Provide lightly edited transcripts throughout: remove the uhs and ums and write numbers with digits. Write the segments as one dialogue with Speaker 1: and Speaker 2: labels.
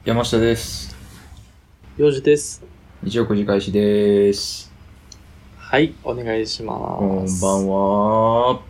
Speaker 1: 山下です。
Speaker 2: 4時です。
Speaker 1: 日曜9時開始です。
Speaker 2: はい、お願いします。
Speaker 1: こんばんは。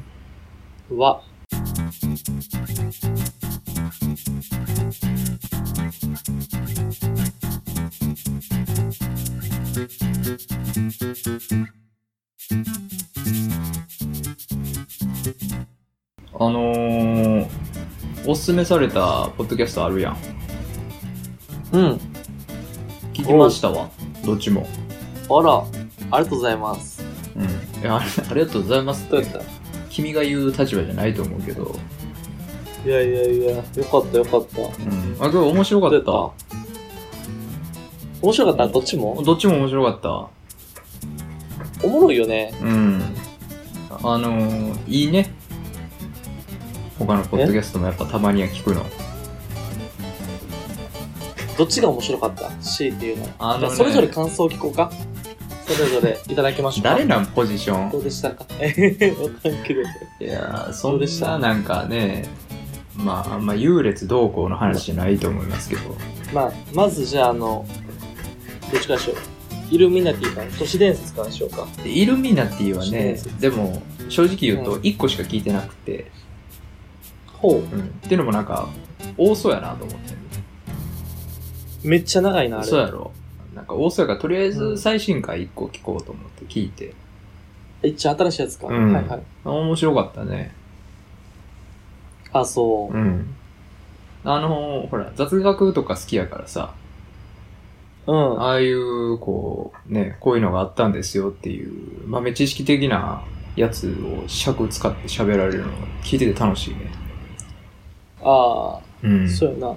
Speaker 1: おすすめされたポッドキャストあるやん。
Speaker 2: うん。
Speaker 1: 聞きましたわ。どっちも。
Speaker 2: あら、ありがとうございます。
Speaker 1: うん。ありがとうございますって。
Speaker 2: どうやった？
Speaker 1: 君が言う立場じゃないと思うけど。
Speaker 2: いや、よかったよかった。
Speaker 1: うん。あ、今日面白かった。
Speaker 2: 面白かった？どっちも？
Speaker 1: どっちも面白かった。
Speaker 2: おもろいよね。
Speaker 1: うん。いいね。他のポッドキャストもやっぱたまには聞くの。
Speaker 2: どっちが面白かった？ C っていうの。
Speaker 1: ね、
Speaker 2: それぞれ感想を聞こうか。それぞれいただきましょうか。
Speaker 1: 誰なんポジション？
Speaker 2: どうでしたか？わかんけど。
Speaker 1: いやー、そんななんかね、まあ、あんま優劣どうこうの話じゃないと思いますけど。
Speaker 2: まずじゃあどっちからしよう。イルミナティか都市伝説からしようか。
Speaker 1: イルミナティはね、でも正直言うと1個しか聞いてなくて、
Speaker 2: ほう。
Speaker 1: っていうのもなんか多そうやなと思ってる。
Speaker 2: めっちゃ長いな、あれ。
Speaker 1: そうやろ。なんか多そうやからとりあえず最新回1個聞こうと思って聞いて。
Speaker 2: 一応新しいやつか。
Speaker 1: はい
Speaker 2: はい。
Speaker 1: 面白かったね。
Speaker 2: あ、そう。
Speaker 1: ほら、雑学とか好きやからさ。ああいう、こういうのがあったんですよっていう、豆知識的なやつを尺使って喋られるのが聞いてて楽しいね。
Speaker 2: そうやな。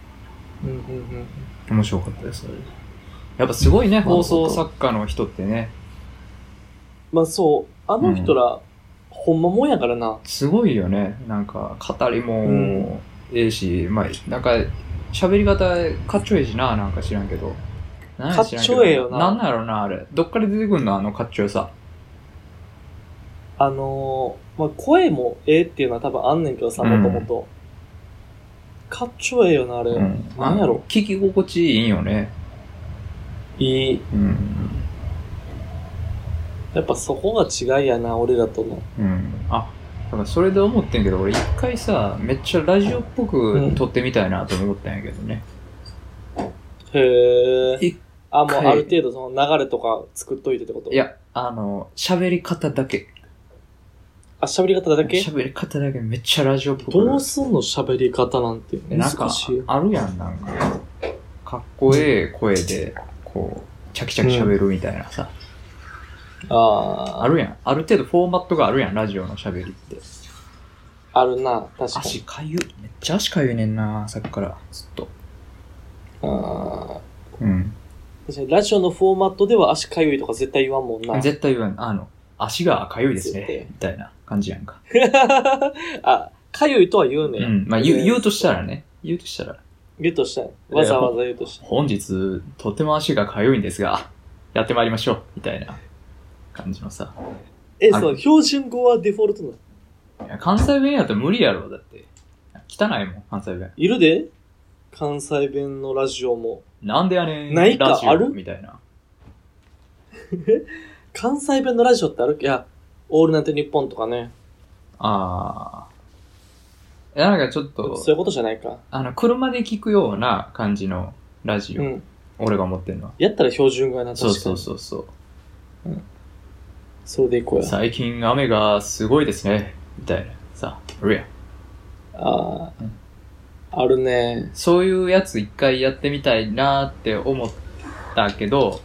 Speaker 1: 面白かったです。やっぱすごいね、放送作家の人ってね。
Speaker 2: まあそう、あの人ら、ほんまもんやからな。
Speaker 1: すごいよね。なんか、語りもええし、まあ、なんか、喋り方かっちょええしな、なんか知らんけど。
Speaker 2: かっちょええよな。
Speaker 1: なんなんやろな、あれ。どっから出てくんの、あのかっちょよさ。
Speaker 2: 声もええっていうのは多分あんねんけどさ、もともと。かっちょええよな、あれ。なんやろ。
Speaker 1: 聞き心地いいんよね。
Speaker 2: いい。やっぱそこが違いやな、俺らとの。
Speaker 1: だからそれで思ってんけど、俺一回さ、めっちゃラジオっぽく撮ってみたいなと思ったんやけどね。
Speaker 2: へえ。もうある程度その流れとか作っといてってこと？
Speaker 1: いや、喋り方だけ。
Speaker 2: 喋り方だけ？
Speaker 1: 喋り方だけめっちゃラジオっぽく。
Speaker 2: どうすんの喋り方なんて。
Speaker 1: なんか、あるやん、なんか。かっこええ声で、こう、チャキチャキ喋るみたいなさ。あるやん。ある程度フォーマットがあるやん、ラジオの喋りって。
Speaker 2: あるな、確かに。
Speaker 1: 足かゆい。めっちゃ足かゆいねんな、さっきから、ずっと。
Speaker 2: 確かにラジオのフォーマットでは足かゆいとか絶対言わんもんな。
Speaker 1: 絶対言わん。足がかゆいですね、みたいな感じやんか。
Speaker 2: かゆいとは言うね。
Speaker 1: まあ言うとしたらね。言うとしたら。
Speaker 2: わざわざ言うとしたら。
Speaker 1: 本日、とても足がかゆいんですが、やってまいりましょう、みたいな感じのさ。
Speaker 2: そう、標準語はデフォルトな
Speaker 1: の？いや、関西弁やったら無理やろ、だって。汚いもん、関西弁。
Speaker 2: いるで？関西弁のラジオも。
Speaker 1: なんでやねん、
Speaker 2: ないか、ある？
Speaker 1: みたいな。
Speaker 2: 関西弁のラジオってある？いや、オールナイトニッポンとかね。
Speaker 1: いや、なんかちょっと、
Speaker 2: そういうことじゃないか。
Speaker 1: 車で聞くような感じのラジオ。俺が持ってるのは。
Speaker 2: やったら標準語やな、確かに。
Speaker 1: そう。
Speaker 2: それでいこうや。
Speaker 1: 最近雨がすごいですね。みたいな。さ、あるやん。
Speaker 2: あるね。
Speaker 1: そういうやつ一回やってみたいなって思ったけど、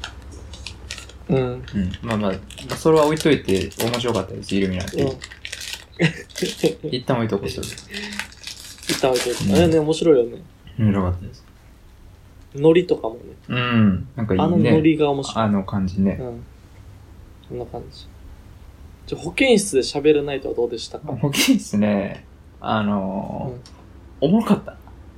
Speaker 1: まあ、それは置いといて面白かったです、イルミナティ。一旦置いとこう、それ。
Speaker 2: 一旦置いといて。あれね、面白いよね。
Speaker 1: 面白かったです。
Speaker 2: ノリとかもね。
Speaker 1: なんかいいね。
Speaker 2: ノリが面白い。
Speaker 1: あの感じね。
Speaker 2: こんな感じ。保健室で喋るナイトはどうでしたか？
Speaker 1: 保健室ね、おもろかった。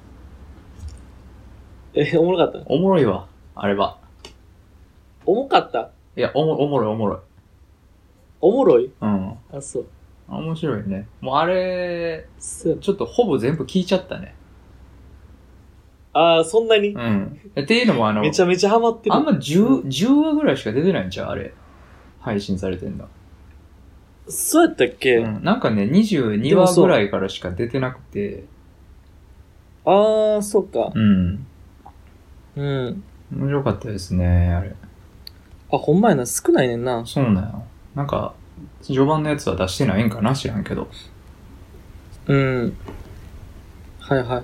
Speaker 2: おもろかった？
Speaker 1: おもろいわ、あれは。
Speaker 2: 重かった？
Speaker 1: いや、おもろい。
Speaker 2: おもろい？そう。
Speaker 1: 面白いね。もうあれ、ちょっとほぼ全部聞いちゃったね。
Speaker 2: ああ、そんなに、
Speaker 1: うん。っていうのも
Speaker 2: めちゃめちゃハマってる。
Speaker 1: あんま10話ぐらいしか出てないんちゃうあれ。配信されてんだ。
Speaker 2: そうやったっけ、
Speaker 1: なんかね、22話ぐらいからしか出てなくて。
Speaker 2: ああ、そうか。
Speaker 1: うん。
Speaker 2: うん。
Speaker 1: 面白かったですね、あれ。
Speaker 2: あ、ほんまやな、少ないねんな。
Speaker 1: そうなよ。なんか、序盤のやつは出してないんかな知らんけど。
Speaker 2: うん。はいはい。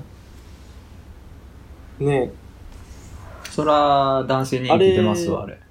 Speaker 2: ねえ。
Speaker 1: そら、男性人気出ますわ、あれ。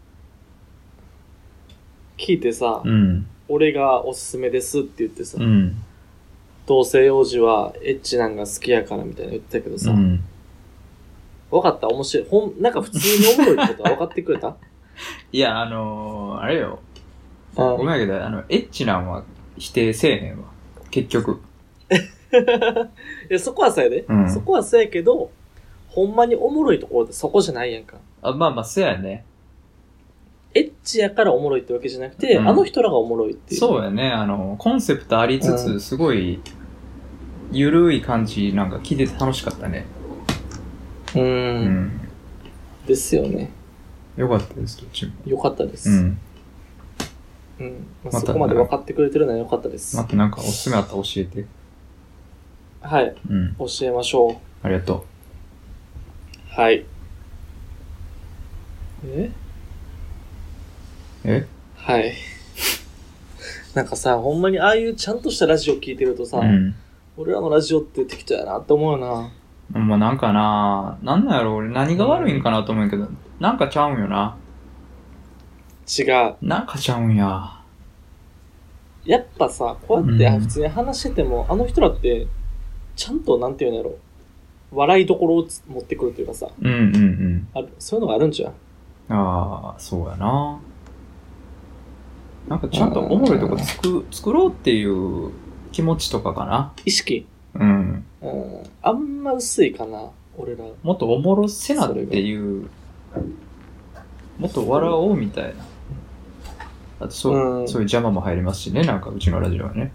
Speaker 2: 聞いてさ、
Speaker 1: うん。
Speaker 2: 俺がおすすめですって言ってさ、
Speaker 1: うん。
Speaker 2: 同性幼児はエッチなんが好きやからみたいな言ってたけどさ、
Speaker 1: うん。
Speaker 2: 分かった面白い。なんか普通におもろいってことは分かってくれた
Speaker 1: いや、あれよ。ごめんやけど、エッチなんは否定せえへんわ。結局。
Speaker 2: いや、そこはそうやで、
Speaker 1: うん。
Speaker 2: そこはそうやけど、ほんまにおもろいところってそこじゃないやんか。
Speaker 1: まあまあ、そうやね。
Speaker 2: エッチやからおもろいってわけじゃなくて、あの人らがおもろいっていう。
Speaker 1: そうやね。コンセプトありつつ、すごい、ゆるい感じ、なんか聞いてて楽しかったね。
Speaker 2: ですよね。
Speaker 1: よかったです、どっちも。
Speaker 2: よかったです。まあ、そこまで分かってくれてるのはよかったです。
Speaker 1: またなんかおすすめあったら教えて。
Speaker 2: はい。教えましょう。
Speaker 1: ありがと
Speaker 2: う。はい。はい。なんかさ、ほんまにああいうちゃんとしたラジオ聞いてるとさ、俺らのラジオって適当やなって思うよな。
Speaker 1: まあなんかな、なんなんやろ、俺何が悪いんかなと思うけど、なんかちゃうんよな。
Speaker 2: 違う。
Speaker 1: なんかちゃうんや。
Speaker 2: やっぱさ、こうやって普通に話してても、あの人らって、ちゃんとなんていうんやろ、笑いどころを持ってくるというかさ、そういうのがあるんじゃん。
Speaker 1: ああ、そうやな。なんかちゃんとおもろいとこ作ろうっていう気持ちとかかな。
Speaker 2: 意識あんま薄いかな、俺ら。
Speaker 1: もっとおもろせなっていう、もっと笑おうみたいな。あとそういう邪魔も入りますしね、なんかうちのラジオはね。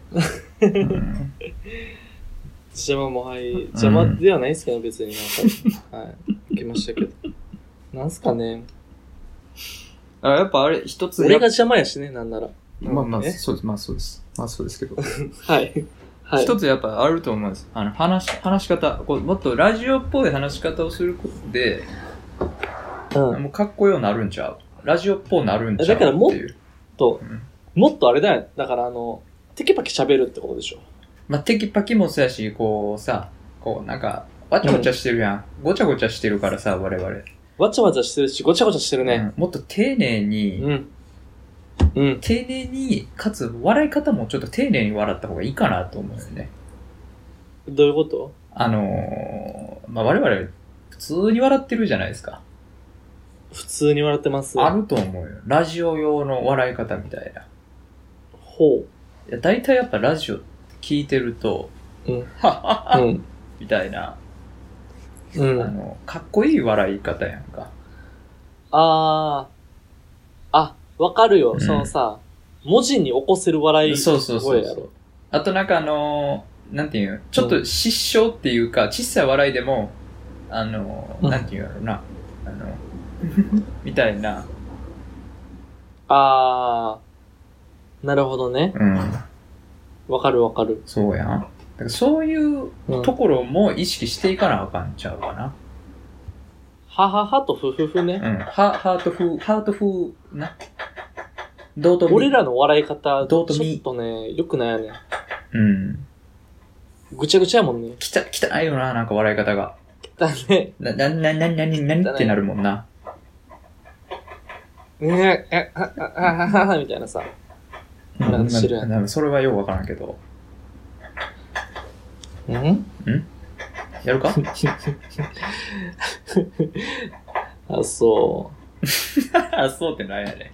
Speaker 2: 邪魔ではないですけど、別にはい。来ましたけど。なんすかね。
Speaker 1: やっぱあれ、一つ。
Speaker 2: 俺が邪魔やしね、なんなら。
Speaker 1: まあそうです。まあそうですけど。
Speaker 2: はい。
Speaker 1: 一つやっぱあると思うんです。話し方、もっとラジオっぽい話し方をすることで、もうかっこようなるんちゃう。ラジオっぽうなるんちゃう。
Speaker 2: だからもっとあれだよ。だからテキパキ喋るってことでしょ。
Speaker 1: まあ、テキパキもそうやし、こうさ、こうなんか、わちゃわちゃしてるやん。ごちゃごちゃしてるからさ、我々。
Speaker 2: わちゃわちゃしてるし、ごちゃごちゃしてるね。
Speaker 1: もっと丁寧に、丁寧に、かつ笑い方もちょっと丁寧に笑った方がいいかなと思うよね。
Speaker 2: どういうこと？
Speaker 1: まあ、我々、普通に笑ってるじゃないですか。
Speaker 2: 普通に笑ってます。
Speaker 1: あると思うよ。ラジオ用の笑い方みたいな。
Speaker 2: ほう。
Speaker 1: いや、大体やっぱラジオ聞いてると、はははみたいな、かっこいい笑い方やんか。
Speaker 2: わかるよ。そのさ、文字に起こせる笑い声やろ。
Speaker 1: あとなんかなんていうの、ちょっと失笑っていうか、小さい笑いでも、なんていうやろな、みたいな。
Speaker 2: なるほどね。わかる。
Speaker 1: そうやん。だからそういうところも意識していかなあかんちゃうかな。
Speaker 2: はははとふふふね。
Speaker 1: ハート風な。
Speaker 2: 俺らの笑い方、ちょっとね、良くないよね。ぐちゃぐちゃやもんね。
Speaker 1: 汚いよな、なんか笑い方が。
Speaker 2: 汚ね。
Speaker 1: 何ってなるもんな。
Speaker 2: みたいなさ。なんかしてるやん。
Speaker 1: それはようわからんけど。やるか
Speaker 2: そう。
Speaker 1: そうってなんやね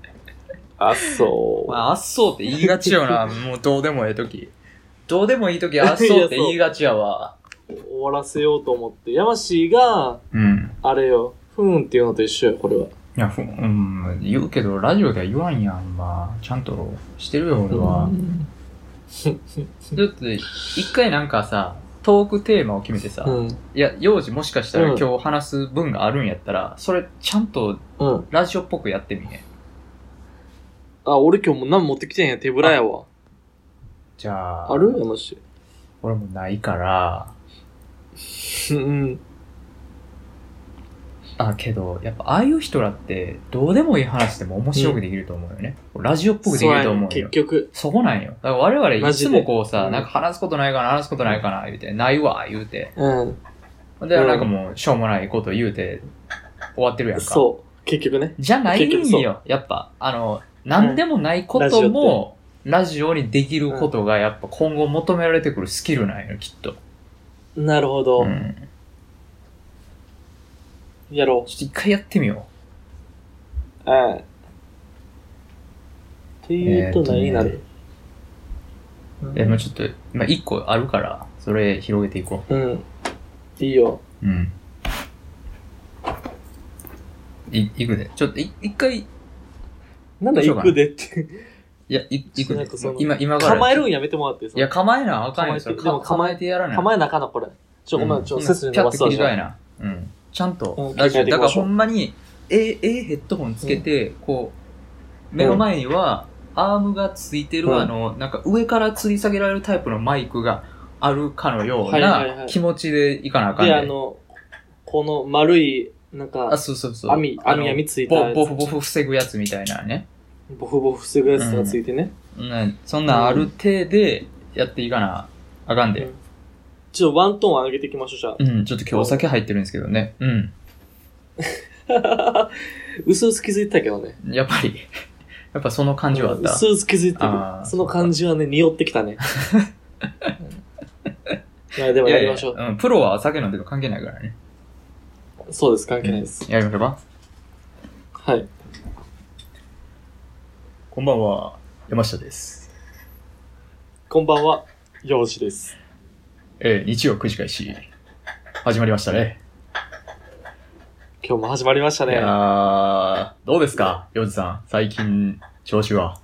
Speaker 2: そう。
Speaker 1: そうって言いがちよな。もうどうでもいいとき。どうでもいいとき、そうって言いがちやわ。
Speaker 2: 終わらせようと思って。ヤマシーが、あれよ、ふーんっていうのと一緒よ、これは。
Speaker 1: いや、言うけど、ラジオでは言わんやん、まあ。ちゃんとしてるよ、俺は。ちょっと、一回なんかさ、 トークテーマを決めてさ、
Speaker 2: うん。
Speaker 1: いや、幼児もしかしたら今日話す分があるんやったら、それちゃんと
Speaker 2: うん。
Speaker 1: ラジオっぽくやってみへん。
Speaker 2: あ、俺今日も何持ってきてんや、手ぶらやわ。
Speaker 1: じゃあ、
Speaker 2: ある山氏。
Speaker 1: 俺もないから、
Speaker 2: うん。
Speaker 1: けど、やっぱああいう人らって、どうでもいい話でも面白くできると思うよね。ラジオっぽくできると思うよ。
Speaker 2: 結局。
Speaker 1: そこなんよ。だから我々いつもこうさ、
Speaker 2: うん、
Speaker 1: なんか話すことないかな、話すことないかな、言うて、ないわ、言うて。
Speaker 2: うん。
Speaker 1: で、なんかもう、しょうもないこと言うて、終わってるやんか。
Speaker 2: そう。結局ね。
Speaker 1: じゃないんよ。やっぱ、なんでもないことも、ラジオにできることが、やっぱ今後求められてくるスキルなんよ、きっと。
Speaker 2: なるほど。
Speaker 1: うん。
Speaker 2: やろう。
Speaker 1: ちょっと一回やってみよ
Speaker 2: う。っていうと何になる？
Speaker 1: もうちょっと、一個あるから、それ広げていこ
Speaker 2: う。うん。いいよ。
Speaker 1: うん。いくで。ちょっと一回。
Speaker 2: なんだ行くでって。
Speaker 1: いや、行くで。今から。
Speaker 2: 構えるんやめてもらってさ。
Speaker 1: いや、構えなあかんよ。でも構えてやらない。
Speaker 2: 構えなあかんな、これ。ごめん、背筋伸ばすわ。
Speaker 1: ピャッと切り替えな。うん。ちゃんと、ラジオ。だからほんまに、ヘッドホンつけて、こう、目の前には、アームがついてるなんか上から吊り下げられるタイプのマイクがあるかのような気持ちでいかなあかんね。
Speaker 2: で、この丸い、なんか、
Speaker 1: そう。
Speaker 2: 網ついたやつ。
Speaker 1: ボフ防ぐやつみたいなね。
Speaker 2: ボフ防ぐやつがついてね。
Speaker 1: そんなんある程でやっていかなあかんで。
Speaker 2: ちょっとワントーン上げていきましょう、じゃあ。
Speaker 1: ちょっと今日お酒入ってるんですけどね。
Speaker 2: 薄々気づいたけどね。
Speaker 1: やっぱその感じはあった。
Speaker 2: 薄々気づいたけど。その感じはね、匂ってきたね。でもやりましょう。
Speaker 1: プロは酒飲んでる関係ないからね。
Speaker 2: そうです、関係ないです。
Speaker 1: やりましょうか。
Speaker 2: はい。
Speaker 1: こんばんは、山下です。
Speaker 2: こんばんは、陽次です。
Speaker 1: 日曜9時開始、始まりましたね。
Speaker 2: 今日も始まりましたね。
Speaker 1: どうですか、陽次さん。最近、調子は。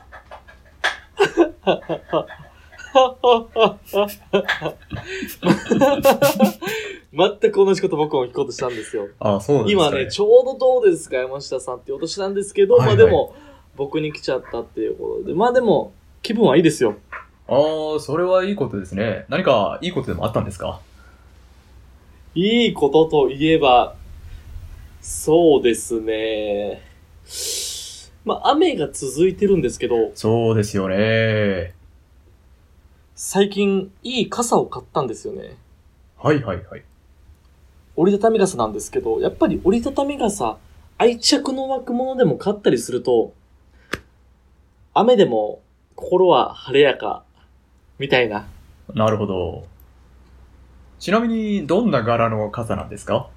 Speaker 2: 全く同じこと僕も聞こうとしたんですよ。
Speaker 1: そうなんですか、
Speaker 2: 今ね、ちょうどどうですか、山下さんってお年なんですけど、でも、僕に来ちゃったっていうことで、でも、気分はいいですよ。
Speaker 1: それはいいことですね。何かいいことでもあったんですか？
Speaker 2: いいことといえば、そうですね。雨が続いてるんですけど。
Speaker 1: そうですよね。
Speaker 2: 最近、いい傘を買ったんですよね。
Speaker 1: はい。
Speaker 2: 折りたたみ傘なんですけど、やっぱり折りたたみ傘、愛着の湧くものでも買ったりすると、雨でも心は晴れやか、みたいな。
Speaker 1: なるほど。ちなみに、どんな柄の傘なんですか？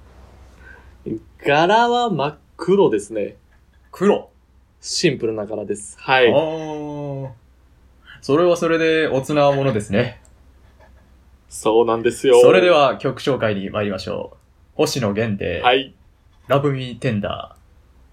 Speaker 2: 柄は真っ黒ですね。
Speaker 1: 黒？
Speaker 2: シンプルな柄です。はい。
Speaker 1: それはそれでおつなものですね。
Speaker 2: そうなんですよ。
Speaker 1: それでは曲紹介に参りましょう。星野源で、
Speaker 2: はい。
Speaker 1: ラブミーテンダー。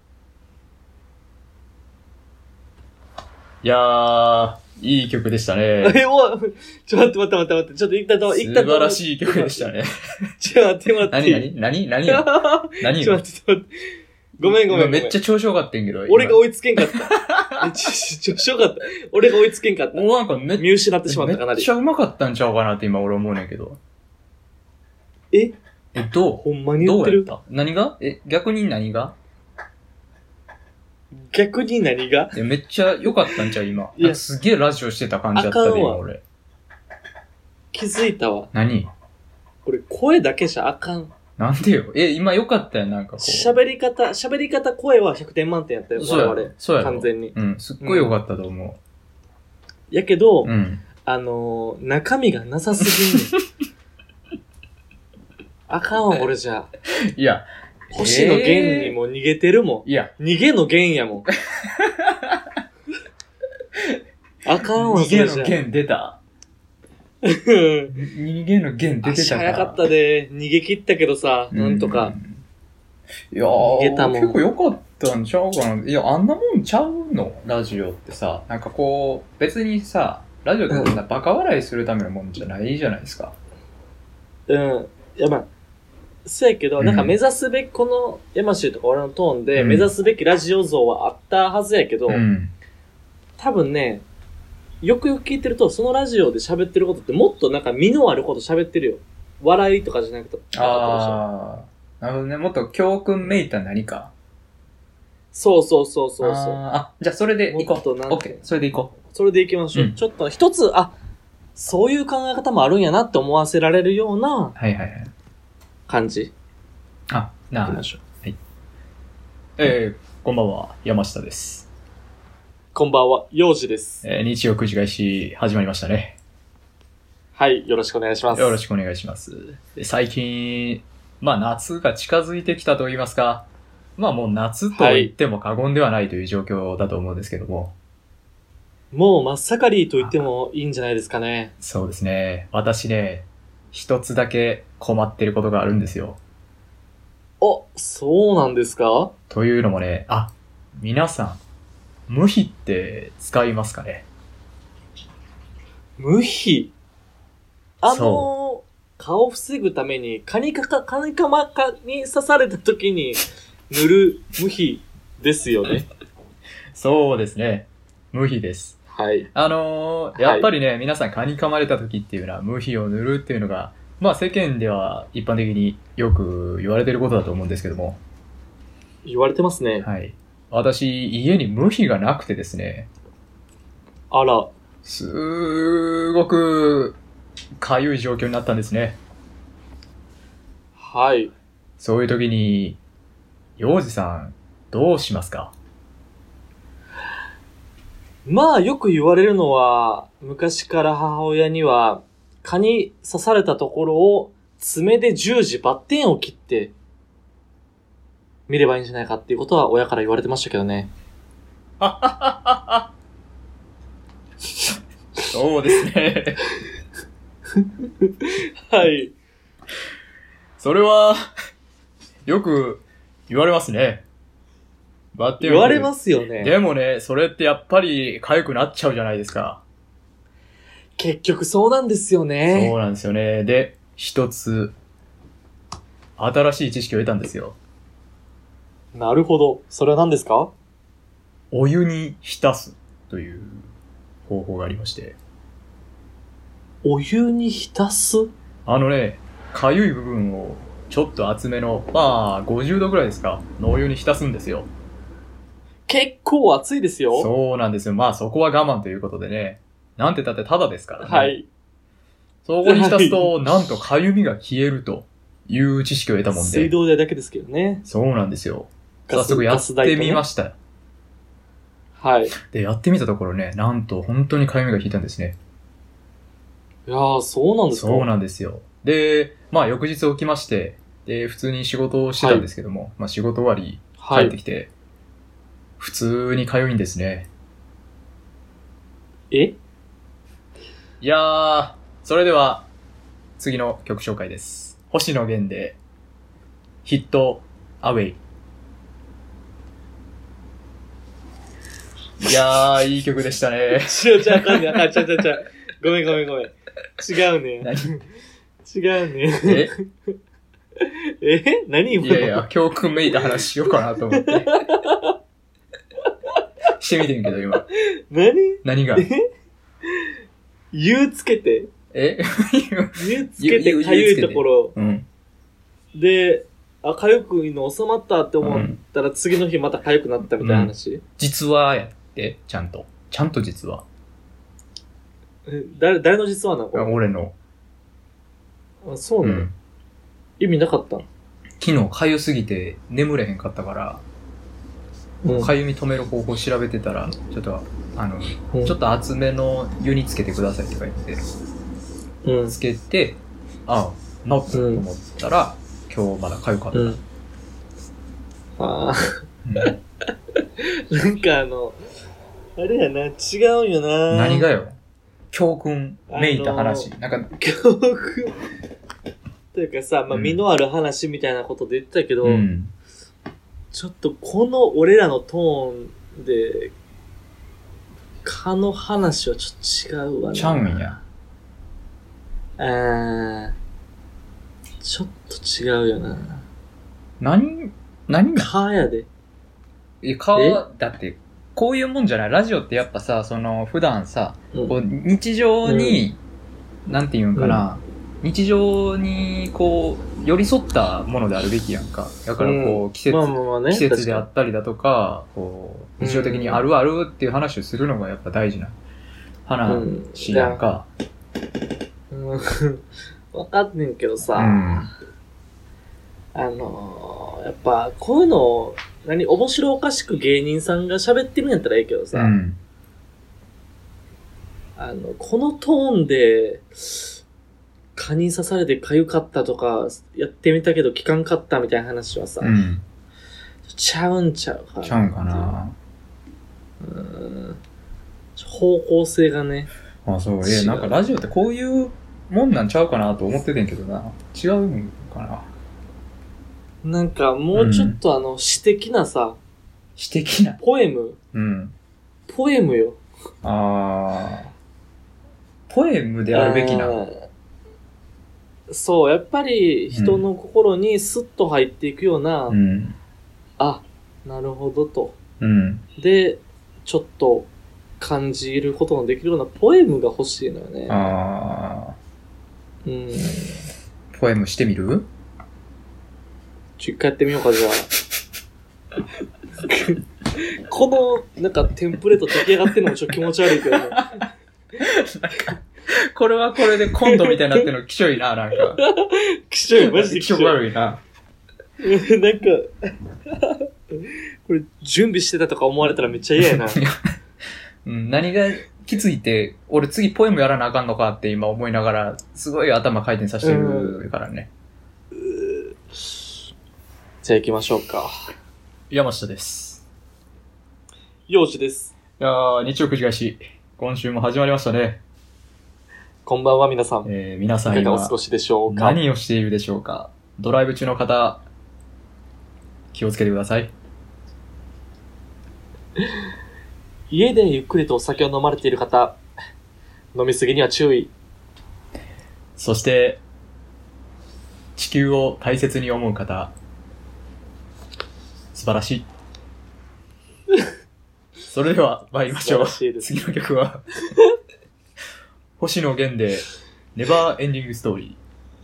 Speaker 1: いやー、いい曲でしたね。
Speaker 2: ちょっと待って。ちょっと一旦
Speaker 1: 素晴らしい曲でしたね。
Speaker 2: ちょっと待って。
Speaker 1: 何
Speaker 2: ちょっと待って。ごめん。
Speaker 1: めっちゃ調子よかったんけど。
Speaker 2: 俺が追いつけんかった。調子よかった。俺が追いつけんかった。
Speaker 1: もうなんか見
Speaker 2: 失ってしまったかなり。
Speaker 1: めっちゃうまかったんちゃうかなって今俺思うねんけど。どう？
Speaker 2: ほんまに言ってる？
Speaker 1: どうやった？何が？逆に何が？
Speaker 2: め
Speaker 1: っちゃ良かったんちゃう今。いや、すげえラジオしてた感じだったで、今俺。
Speaker 2: 気づいたわ。
Speaker 1: 何？
Speaker 2: これ声だけじゃあかん。
Speaker 1: なんでよ。今良かったよ、なんかこう。
Speaker 2: 喋り方声は100点満点やったよ、
Speaker 1: そうや。
Speaker 2: 完全に。
Speaker 1: すっごい良かったと思う。
Speaker 2: やけど、中身がなさすぎんねん。あかんわ、俺じゃ。
Speaker 1: いや、
Speaker 2: 星野源にも逃げてるもん。
Speaker 1: いや。
Speaker 2: 逃げの源やもん。あかんわ、
Speaker 1: 逃げの源出た。逃げの源出てたか。
Speaker 2: 早かったで、逃げ切ったけどさ、なんとか。
Speaker 1: いやー、結構良かったんちゃうかな。いや、あんなもんちゃうのラジオってさ、なんかこう、別にさ、ラジオってそんなバカ笑いするためのもんじゃないじゃないですか。
Speaker 2: うん。いや、まあ、そうやけど、なんか目指すべき、この山州とか俺のトーンで目指すべきラジオ像はあったはずやけど、多分ね、よくよく聞いてると、そのラジオで喋ってることってもっとなんか身のあること喋ってるよ。笑いとかじゃなくて。
Speaker 1: ああ、なるほどね。もっと教訓めいた何か。
Speaker 2: そうそうそうそう。
Speaker 1: じゃあそれで行こう。オッケー。それで行こ
Speaker 2: う。それで行きましょう。ちょっと一つ、そういう考え方もあるんやなって思わせられるような、感じ。
Speaker 1: なるほど。はい。こんばんは、山下です。
Speaker 2: こんばんは、陽次です。
Speaker 1: 日曜9時開始始まりましたね。
Speaker 2: はい、よろしくお願いします。
Speaker 1: よろしくお願いします。最近、夏が近づいてきたと言いますか、もう夏と言っても過言ではないという状況だと思うんですけども。
Speaker 2: もう真っ盛りと言ってもいいんじゃないですかね。
Speaker 1: そうですね。私ね、一つだけ困ってることがあるんですよ。
Speaker 2: そうなんですか？
Speaker 1: というのもね、皆さん、無比って使いますかね？
Speaker 2: 無比？顔を防ぐために、カニカマに刺された時に塗る無比ですよね。
Speaker 1: そうですね。無比です。
Speaker 2: はい。
Speaker 1: やっぱりね、皆さん蚊に噛まれた時っていうのは無比を塗るっていうのが、世間では一般的によく言われてることだと思うんですけども。
Speaker 2: 言われてますね。
Speaker 1: はい。私、家に無比がなくてですね。
Speaker 2: あら。
Speaker 1: すごく、かゆい状況になったんですね。
Speaker 2: はい。
Speaker 1: そういう時に、陽次さん、どうしますか？
Speaker 2: よく言われるのは、昔から母親には、蚊に刺されたところを爪で十字バッテンを切って見ればいいんじゃないかっていうことは親から言われてましたけどね。
Speaker 1: そうですね。
Speaker 2: はい。
Speaker 1: それは、よく言われますね。
Speaker 2: バッテン言われますよね。
Speaker 1: でもね、それってやっぱり痒くなっちゃうじゃないですか。
Speaker 2: 結局そうなんですよね。
Speaker 1: そうなんですよね。で、一つ、新しい知識を得たんですよ。
Speaker 2: なるほど。それは何ですか？
Speaker 1: お湯に浸すという方法がありまして。
Speaker 2: お湯に浸す？
Speaker 1: かゆい部分をちょっと厚めの、50度ぐらいですかのお湯に浸すんですよ。
Speaker 2: 結構熱いですよ。
Speaker 1: そうなんですよ。そこは我慢ということでね。なんてだってただですからね。
Speaker 2: はい。
Speaker 1: そこに浸すと、なんとかゆみが消えるという知識を得たもんで。
Speaker 2: 水道代だけですけどね。
Speaker 1: そうなんですよ。早速やってみました。
Speaker 2: はい。
Speaker 1: で、やってみたところね、なんと本当にかゆみが引いたんですね。
Speaker 2: いやー、そうなんですか？
Speaker 1: そうなんですよ。で、翌日起きまして、で、普通に仕事をしてたんですけども、仕事終わり、帰ってきて、普通にかゆいんですね。いやー、それでは、次の曲紹介です。星野源で、ヒットアウェイ。いやー、いい曲でしたね。
Speaker 2: あかんね。ごめん。違うね。違うね。何今の？
Speaker 1: いや、教訓めいた話しようかなと思って。してみてんけど、今。何が？
Speaker 2: 湯つけて。湯つけてかゆいところ。で、かゆくの収まったって思ったら次の日またかゆくなったみたいな話。
Speaker 1: 実はやって、ちゃんと実は。
Speaker 2: 誰の実はなの？
Speaker 1: 俺の。
Speaker 2: そうなの？意味なかった？
Speaker 1: 昨日かゆすぎて眠れへんかったから、かゆみ止める方法調べてたら、ちょっと厚めの湯につけてくださいって書いてて、つけて、治ったと思ったら、今日まだかゆかった。
Speaker 2: なんかあれやな、違うんよな。
Speaker 1: 何がよ？教訓めいた話。
Speaker 2: 教訓というかさ、身のある話みたいなことで言ってたけど、ちょっとこの俺らのトーンで、蚊の話はちょっと違うわな。
Speaker 1: ちゃうんや。
Speaker 2: ちょっと違うよな。
Speaker 1: 何
Speaker 2: かやで。
Speaker 1: だって、こういうもんじゃない。ラジオってやっぱさ、普段さ、こう日常に、なんて言うんかな、日常にこう寄り添ったものであるべきやんか。だからこう季節であったりだとか、こう日常的にあるあるっていう話をするのがやっぱ大事な話やんか。
Speaker 2: わかんねんけどさ、やっぱこういうの面白おかしく芸人さんが喋ってるんやったらいいけどさ、このトーンで蚊に刺されて痒かったとかやってみたけど効かんかったみたいな話はさ、ちゃうんちゃうかな。
Speaker 1: ちゃうんかな。
Speaker 2: 方向性がね。
Speaker 1: あ、そう。なんかラジオってこういうもんなんちゃうかなと思っててんけどな。違うんかな。
Speaker 2: なんかもうちょっと詩的なさ、
Speaker 1: 詩的な
Speaker 2: ポエム、ポエムよ。
Speaker 1: ポエムであるべきな。
Speaker 2: そう、やっぱり人の心にスッと入っていくような、あ、なるほどと。で、ちょっと感じることのできるようなポエムが欲しいのよね。
Speaker 1: ポエムしてみる？
Speaker 2: 一回やってみようか、じゃあ。この、なんかテンプレート出来上がってるのもちょっと気持ち悪いけどね。
Speaker 1: これはこれでコントみたいになってるのきしょいな、なんか。
Speaker 2: きしょい、マジで
Speaker 1: きしょい。悪いな。
Speaker 2: なんか、これ準備してたとか思われたらめっちゃ嫌やな。
Speaker 1: 何がきついって、俺次ポエムやらなあかんのかって今思いながら、すごい頭回転させてるからね。
Speaker 2: じゃあ行きましょうか。
Speaker 1: 山下です。
Speaker 2: 陽子です。
Speaker 1: いやー、日曜くじ返し、今週も始まりましたね。
Speaker 2: こんばんは皆さん。
Speaker 1: 皆さん
Speaker 2: いかがお過ごしでしょうか。
Speaker 1: 何をしているでしょうか。ドライブ中の方、気をつけてください。
Speaker 2: 家でゆっくりとお酒を飲まれている方、飲みすぎには注意。
Speaker 1: そして、地球を大切に思う方、素晴らしい。それでは参りましょう。次の曲は星野源でネバーエンディングストーリ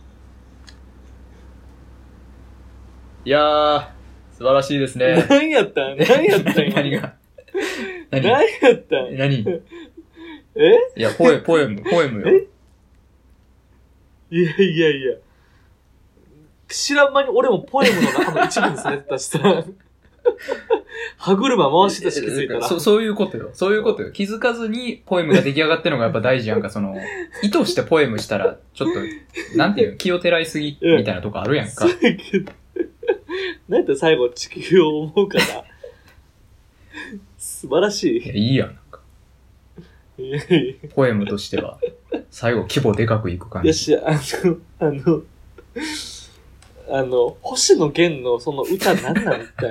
Speaker 1: ー。いやー、素晴らしいですね。
Speaker 2: 何やったん
Speaker 1: 何が
Speaker 2: 何やったん
Speaker 1: 何いや、ポエムよ。
Speaker 2: いや。知らん間に俺もポエムの中の一部にされてたしさ。歯車回してたし気づいたら。
Speaker 1: そういうことよ。気づかずにポエムが出来上がってるのがやっぱ大事やんか。意図してポエムしたら、ちょっと、なんていうの、気をてらいすぎみたいなとこあるやんか。
Speaker 2: なんやったら最後地球を思うから。素晴らしい。
Speaker 1: いいやん、なんか。ポエムとしては、最後規模でかくいく感じ。
Speaker 2: よし、星野源のその歌なんなんって。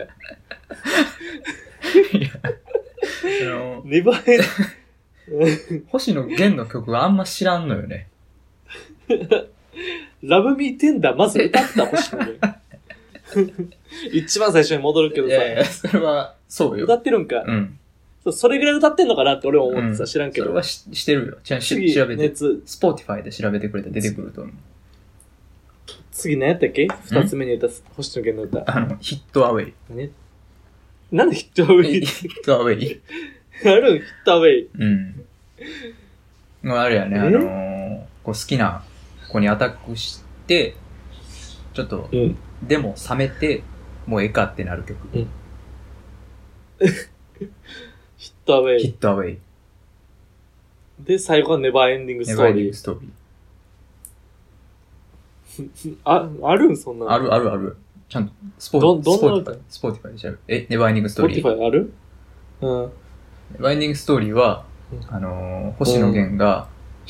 Speaker 2: ネバー
Speaker 1: 星野源の曲はあんま知らんのよね。
Speaker 2: ラブミーテンダーまず歌った星野源。一番最初に戻るけどさ。
Speaker 1: いやそれは、そうよ。
Speaker 2: 歌ってるんか。それぐらい歌ってんのかなって俺も思ってさ、知らんけど。
Speaker 1: それはしてるよ。調べて。スポーティファイで調べてくれたら出てくると思う。
Speaker 2: 次何やったっけ？二つ目に歌星野源の歌。
Speaker 1: ヒットアウェイ。
Speaker 2: なんでヒットアウェイ？
Speaker 1: ヒットアウェイ。
Speaker 2: あるヒットアウェイ。
Speaker 1: あれやね、こう好きな子にアタックして、ちょっと、でも冷めて、もうええかってなる曲。
Speaker 2: ヒットアウェイ。
Speaker 1: ヒットアウェイ。
Speaker 2: で、最後はネバーエンディングストーリー。
Speaker 1: ネバーエンディングストーリー。
Speaker 2: あるんそんなの。
Speaker 1: ある。ちゃんと、スポーティファイで調べる。ネバーエンディングストーリー。
Speaker 2: スポーティファイある？
Speaker 1: ネバーエンディングストーリーは、星野源が、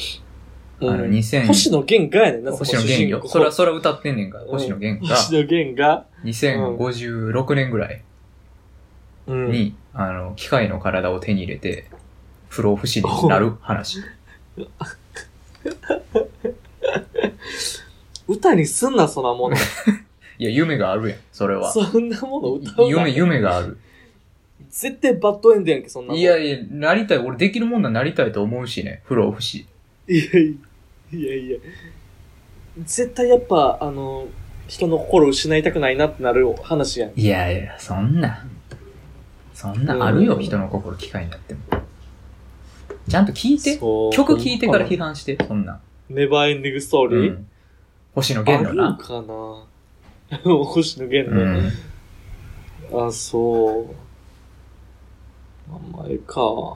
Speaker 2: 星野源がやねんな、
Speaker 1: 星野源よ。そら歌ってんねんから、星野源が。
Speaker 2: 星野源が、
Speaker 1: 2056年ぐらいに、機械の体を手に入れて、不老不死になる話。
Speaker 2: 歌にすんな、そんなもの。
Speaker 1: いや、夢があるやん、それは。
Speaker 2: そんなもの歌うな。
Speaker 1: 夢がある。
Speaker 2: 絶対バッドエンドやんけ、そんなもん。
Speaker 1: いやいや、なりたい。俺できるもんならなりたいと思うしね。不老不死。
Speaker 2: いやいや。絶対やっぱ、人の心を失いたくないなってなる話やん。
Speaker 1: いやいや、そんなあるよ、人の心機械になっても。ちゃんと聞いて。曲聞いてから批判して、そんな。
Speaker 2: ネバーエンディングストーリー、
Speaker 1: 星野源のな。
Speaker 2: あるかな星野源の。あ、そう。名前か。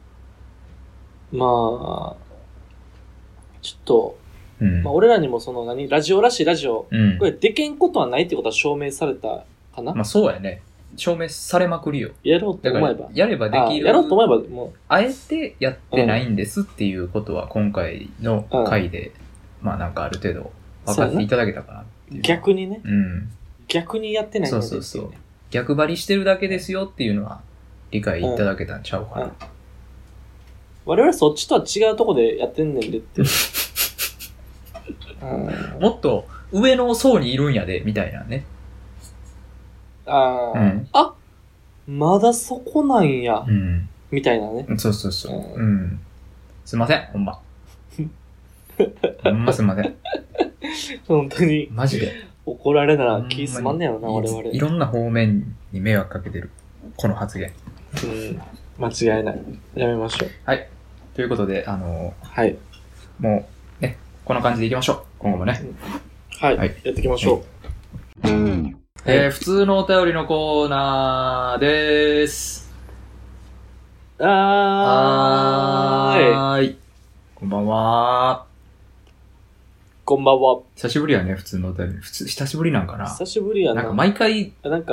Speaker 2: まあ、ちょっと、まあ俺らにもラジオらしいラジオ、これできんことはないってことは証明されたかな。
Speaker 1: まあそうやね。証明されまくりよ。
Speaker 2: やろうと思えば。
Speaker 1: やればできる。
Speaker 2: やろうと思えば、もう。
Speaker 1: あえてやってないんですっていうことは今回の回で、まあなんかある程度分かっていただけたかなっていう。
Speaker 2: 逆にね。
Speaker 1: うん。
Speaker 2: 逆にやってないんです
Speaker 1: よ、ね。そう。逆張りしてるだけですよっていうのは理解いただけたんちゃうかな。
Speaker 2: 我々そっちとは違うとこでやってんねんでって。
Speaker 1: もっと上の層にいるんやで、みたいなね。
Speaker 2: あ、まだそこなんや。みたいなね。
Speaker 1: そう。すいません、ほんま。ほんますいません。
Speaker 2: 本当に。
Speaker 1: マジで。
Speaker 2: 怒られなら気すまんねやろな、我々。
Speaker 1: いろんな方面に迷惑かけてる。この発言。
Speaker 2: 間違いない。やめましょう。
Speaker 1: はい。ということで、
Speaker 2: はい。
Speaker 1: もう、ね、こんな感じでいきましょう。今後もね。
Speaker 2: はい。やっていきましょう。
Speaker 1: 普通のお便りのコーナーでーす。
Speaker 2: はい。
Speaker 1: こんばんは。
Speaker 2: こんばんは。
Speaker 1: 久しぶりやね、普通のお便り。久しぶりなんかな。
Speaker 2: 久しぶりやな。
Speaker 1: なんか毎回。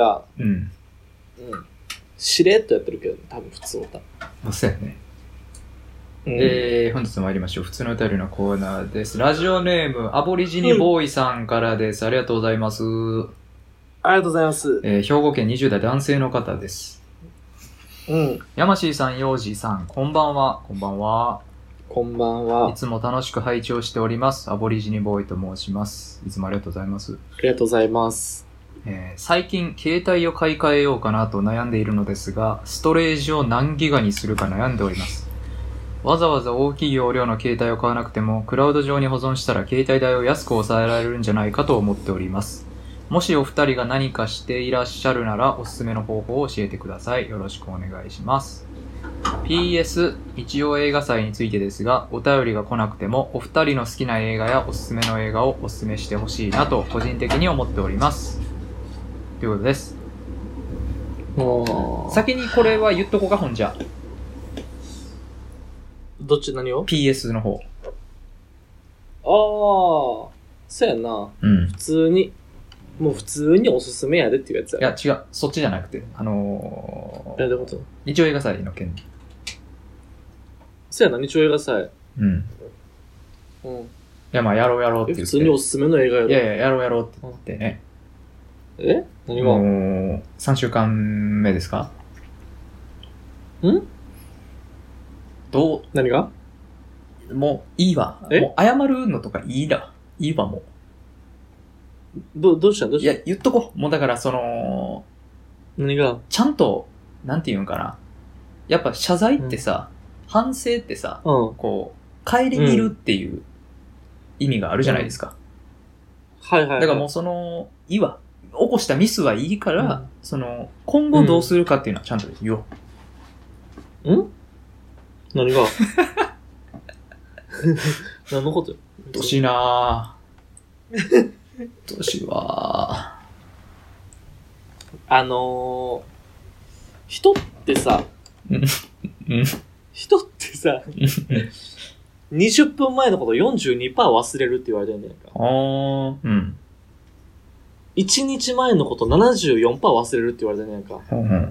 Speaker 2: しれっとやってるけど、多分普通歌。
Speaker 1: そうやね。本日も参りましょう。普通のお便りのコーナーです。ラジオネーム、アボリジニボーイさんからです。ありがとうございます。
Speaker 2: ありがとうございます。
Speaker 1: 兵庫県20代男性の方です。ヤマシーさん、ヨージーさん、こんばんは。こんばんは。
Speaker 2: こんばんは。
Speaker 1: いつも楽しく拝聴しております。アボリジニボーイと申します。いつもありがとうございます。
Speaker 2: ありがとうございます。
Speaker 1: 最近、携帯を買い替えようかなと悩んでいるのですが、ストレージを何ギガにするか悩んでおります。わざわざ大きい容量の携帯を買わなくても、クラウド上に保存したら携帯代を安く抑えられるんじゃないかと思っております。もしお二人が何かしていらっしゃるなら、おすすめの方法を教えてください。よろしくお願いします。PS、日曜映画祭についてですが、お便りが来なくても、お二人の好きな映画やおすすめの映画をおすすめしてほしいなと、個人的に思っております。ということです。先にこれは言っとこうか、ほんじゃ。
Speaker 2: どっち何を
Speaker 1: ?PS の方。
Speaker 2: そうやな。普通に。もう普通におすすめやでっていうやつや。
Speaker 1: いや、違う。そっちじゃなくて。
Speaker 2: どういうこと？
Speaker 1: 日曜映画祭の件。
Speaker 2: そうやな、日曜映画祭。
Speaker 1: いや、まあ、やろうって言って。
Speaker 2: 普通におすすめの映画やろ。
Speaker 1: いや、やろうって言ってね。
Speaker 2: 何が
Speaker 1: もう、3週間目ですか？
Speaker 2: 何が？
Speaker 1: もう、いいわ。もう、謝るのとかいいわ、もう。
Speaker 2: どうした
Speaker 1: いや、言っとこう。もうだから、
Speaker 2: 何が？
Speaker 1: ちゃんと、なんて言うんかな。やっぱ謝罪ってさ、反省ってさ、こう、顧みるっていう意味があるじゃないですか。
Speaker 2: はい。
Speaker 1: だからもういいわ。起こしたミスはいいから、今後どうするかっていうのはちゃんと言お
Speaker 2: う。何が？何のこと？
Speaker 1: 年なぁ。年は
Speaker 2: 人ってさ、20分前のこと 42% 忘れるって言われてるんだよか。1日前のこと 74% 忘れるって言われてるんだよか。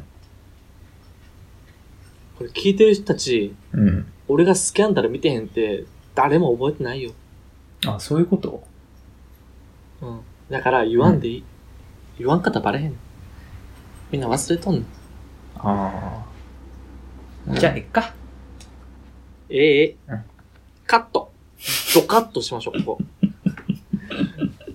Speaker 2: これ聞いてる人たち、俺がスキャンダル見てへんって誰も覚えてないよ。
Speaker 1: あ、そういうこと？
Speaker 2: だから言わんでいい。言わんかったらバレへん。みんな忘れとんねん。
Speaker 1: じゃあ、か。
Speaker 2: カット。ドカットしましょう、ここ。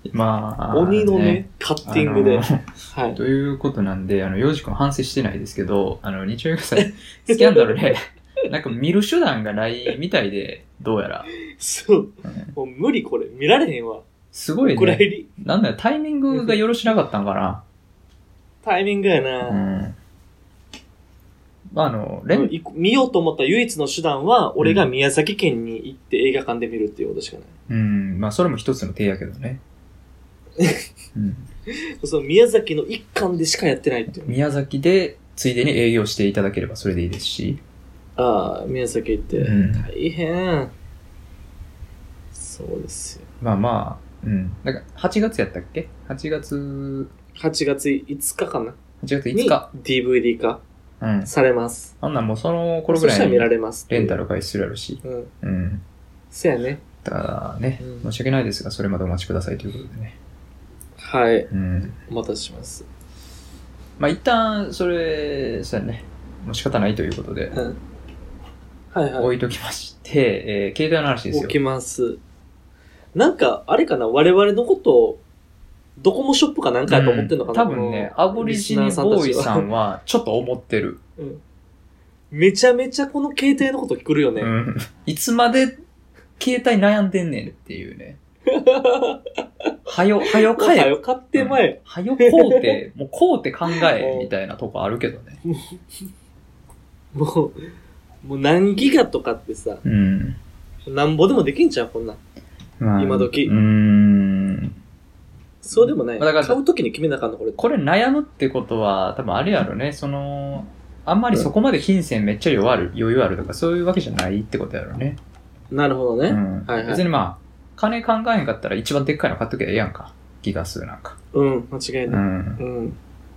Speaker 1: まあ、
Speaker 2: 鬼のね、カッティングで。
Speaker 1: はい。ということなんで、ヨウジ君反省してないですけど、日曜映画祭、スキャンダルで、なんか見る手段がないみたいで、どうやら。
Speaker 2: そう。もう無理これ。見られへんわ。
Speaker 1: すごいね。なんだよ、タイミングがよろしなかったんかな。
Speaker 2: タイミングやな。うん。
Speaker 1: まあ、
Speaker 2: 見ようと思った唯一の手段は、俺が宮崎県に行って映画館で見るっていうことしかない。
Speaker 1: うん。まあ、それも一つの手やけどね。
Speaker 2: うん、その宮崎の一環でしかやってないっていう。
Speaker 1: 宮崎で、ついでに営業していただければそれでいいですし。
Speaker 2: ああ、宮崎行って。大変。そうですよ。
Speaker 1: まあまあ、うん。なんか、8月やったっけ ?8 月。
Speaker 2: 8月5日かな
Speaker 1: ?8 月5日。
Speaker 2: DVD 化。うん。されます。
Speaker 1: あんなんもうその頃ぐらいに。
Speaker 2: 見られます。
Speaker 1: レンタル開始するやろし。
Speaker 2: うん。うん。そやね。
Speaker 1: だからね、申し訳ないですが、それまでお待ちくださいということでね。
Speaker 2: はい。うん。お待たせします。
Speaker 1: まあ一旦、そうやね。もう仕方ないということで。うん。はいはい。置いときまして、携帯の話ですよ。
Speaker 2: 置きます。なんか、あれかな、我々のことを、ドコモショップかなんかやと思ってんのかな、
Speaker 1: 多分ね、アボリジニボーイさんは、ちょっと思ってる。
Speaker 2: うん。めちゃめちゃこの携帯のこと聞くるよね。
Speaker 1: うん。いつまで、携帯悩んでんねんっていうね。はよ買
Speaker 2: ってまえ。
Speaker 1: はよ買うて、もう買うて考え、みたいなとこあるけどね。
Speaker 2: もう何ギガとかってさ、うん。なんぼでもできんじゃん、こんなん。まあ、今時。そうでもない。だから買うときに決めなあかんの、これ。
Speaker 1: これ悩むってことは、多分あれやろね、あんまりそこまで金銭めっちゃ余裕あるとか、そういうわけじゃないってことやろね。
Speaker 2: なるほどね。
Speaker 1: うん。はいはい。別にまあ、金考えんかったら一番でっかいの買っときゃええやんか。ギガ数なんか。
Speaker 2: うん、間違いない。うん。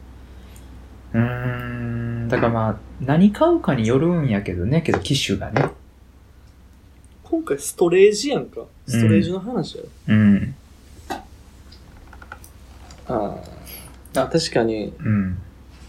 Speaker 1: だからまあ、何買うかによるんやけどね、機種がね。
Speaker 2: 今回ストレージやんか。ストレージの話やろ。うん。ああ、確かに。うん。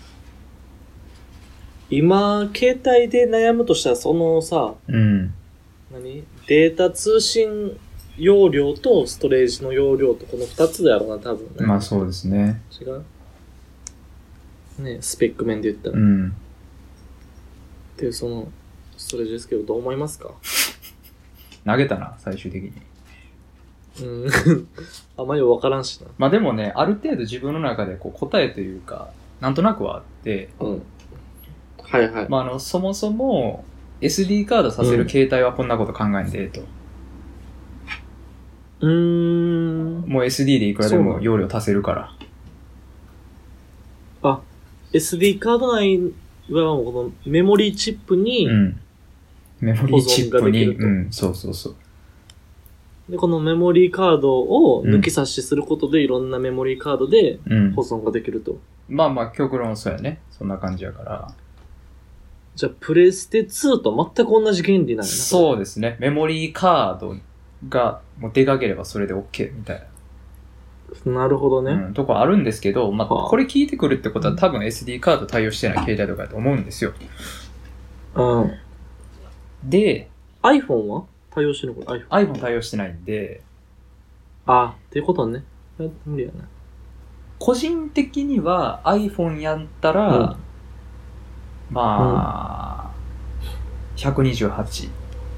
Speaker 2: 今、携帯で悩むとしたら、そのさ、うん。データ通信容量とストレージの容量とこの2つだろうな、多分
Speaker 1: ね。まあそうですね。
Speaker 2: 違うね、スペック面で言ったら。うん。っていう、その、ストレージですけど、どう思いますか？
Speaker 1: 投げたな、最終的に。
Speaker 2: うん。あまりわからんしな。
Speaker 1: まあでもね、ある程度自分の中でこう答えというか、なんとなくはあって、うん。はいはい。まあそもそも SD カードさせる携帯はこんなこと考えんでと。もう SD でいくらでも容量足せるから。
Speaker 2: あ、SD カード内はこのメモリーチップに、うん。
Speaker 1: メモリーチップに、うん、そうそうそう。
Speaker 2: で、このメモリーカードを抜き差しすることで、いろんなメモリーカードで保存ができると。
Speaker 1: まあまあ、極論そうやね。そんな感じやから。
Speaker 2: じゃあ、プレステ2と全く同じ原理なんやな。
Speaker 1: そうですね。メモリーカードがもう出かければそれで OK みたい
Speaker 2: な。なるほどね。
Speaker 1: うん、とこあるんですけど、まあ、これ聞いてくるってことは多分 SD カード対応してない携帯とかだと思うんですよ。うん。で、
Speaker 2: iPhone は対応してるのこれ
Speaker 1: iPhone 対応してないんで。
Speaker 2: あ、っていうことはね。無理やな。
Speaker 1: 個人的には iPhone やったら、うん、まあ、128。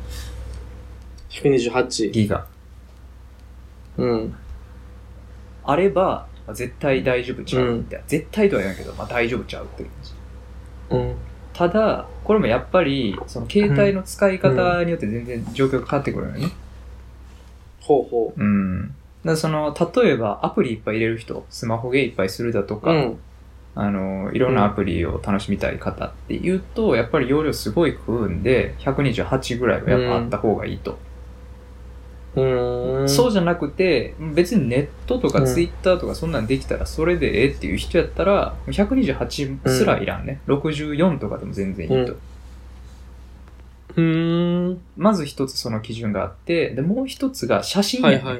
Speaker 2: 128。
Speaker 1: ギガ。うん。あれば、絶対大丈夫ちゃうって、うん、絶対とは言わんけど、まあ大丈夫ちゃうって感じ。うん。ただ、これもやっぱり、その携帯の使い方によって全然状況が変わってくるよね。
Speaker 2: ほうほう。
Speaker 1: うん。だから例えばアプリいっぱい入れる人、スマホゲーいっぱいするだとか、いろんなアプリを楽しみたい方っていうと、やっぱり容量すごい食うんで、128ぐらいはやっぱあった方がいいと。そうじゃなくて、別にネットとかツイッターとかそんなんできたらそれでええっていう人やったら、128すらいらんね。64とかでも全然いいと。まず一つその基準があって、で、もう一つが写真やね。はいはい。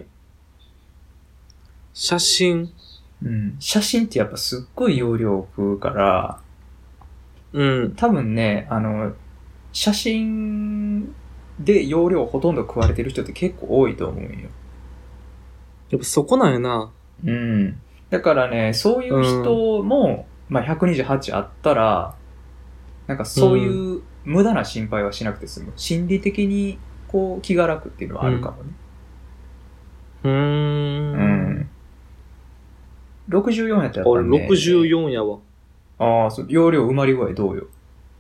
Speaker 2: 写真。
Speaker 1: うん。写真ってやっぱすっごい容量を食うから、うん。多分ね、写真で容量ほとんど食われてる人って結構多いと思うんよ。
Speaker 2: やっぱそこなんやな。
Speaker 1: うん。だからね、そういう人も、まあ、128あったら、なんかそういう無駄な心配はしなくて済む。心理的にこう気が楽っていうのはあるかもね。うん。64やったらやっぱね。
Speaker 2: 64やわ。
Speaker 1: ああ、容量埋まり具合どうよ。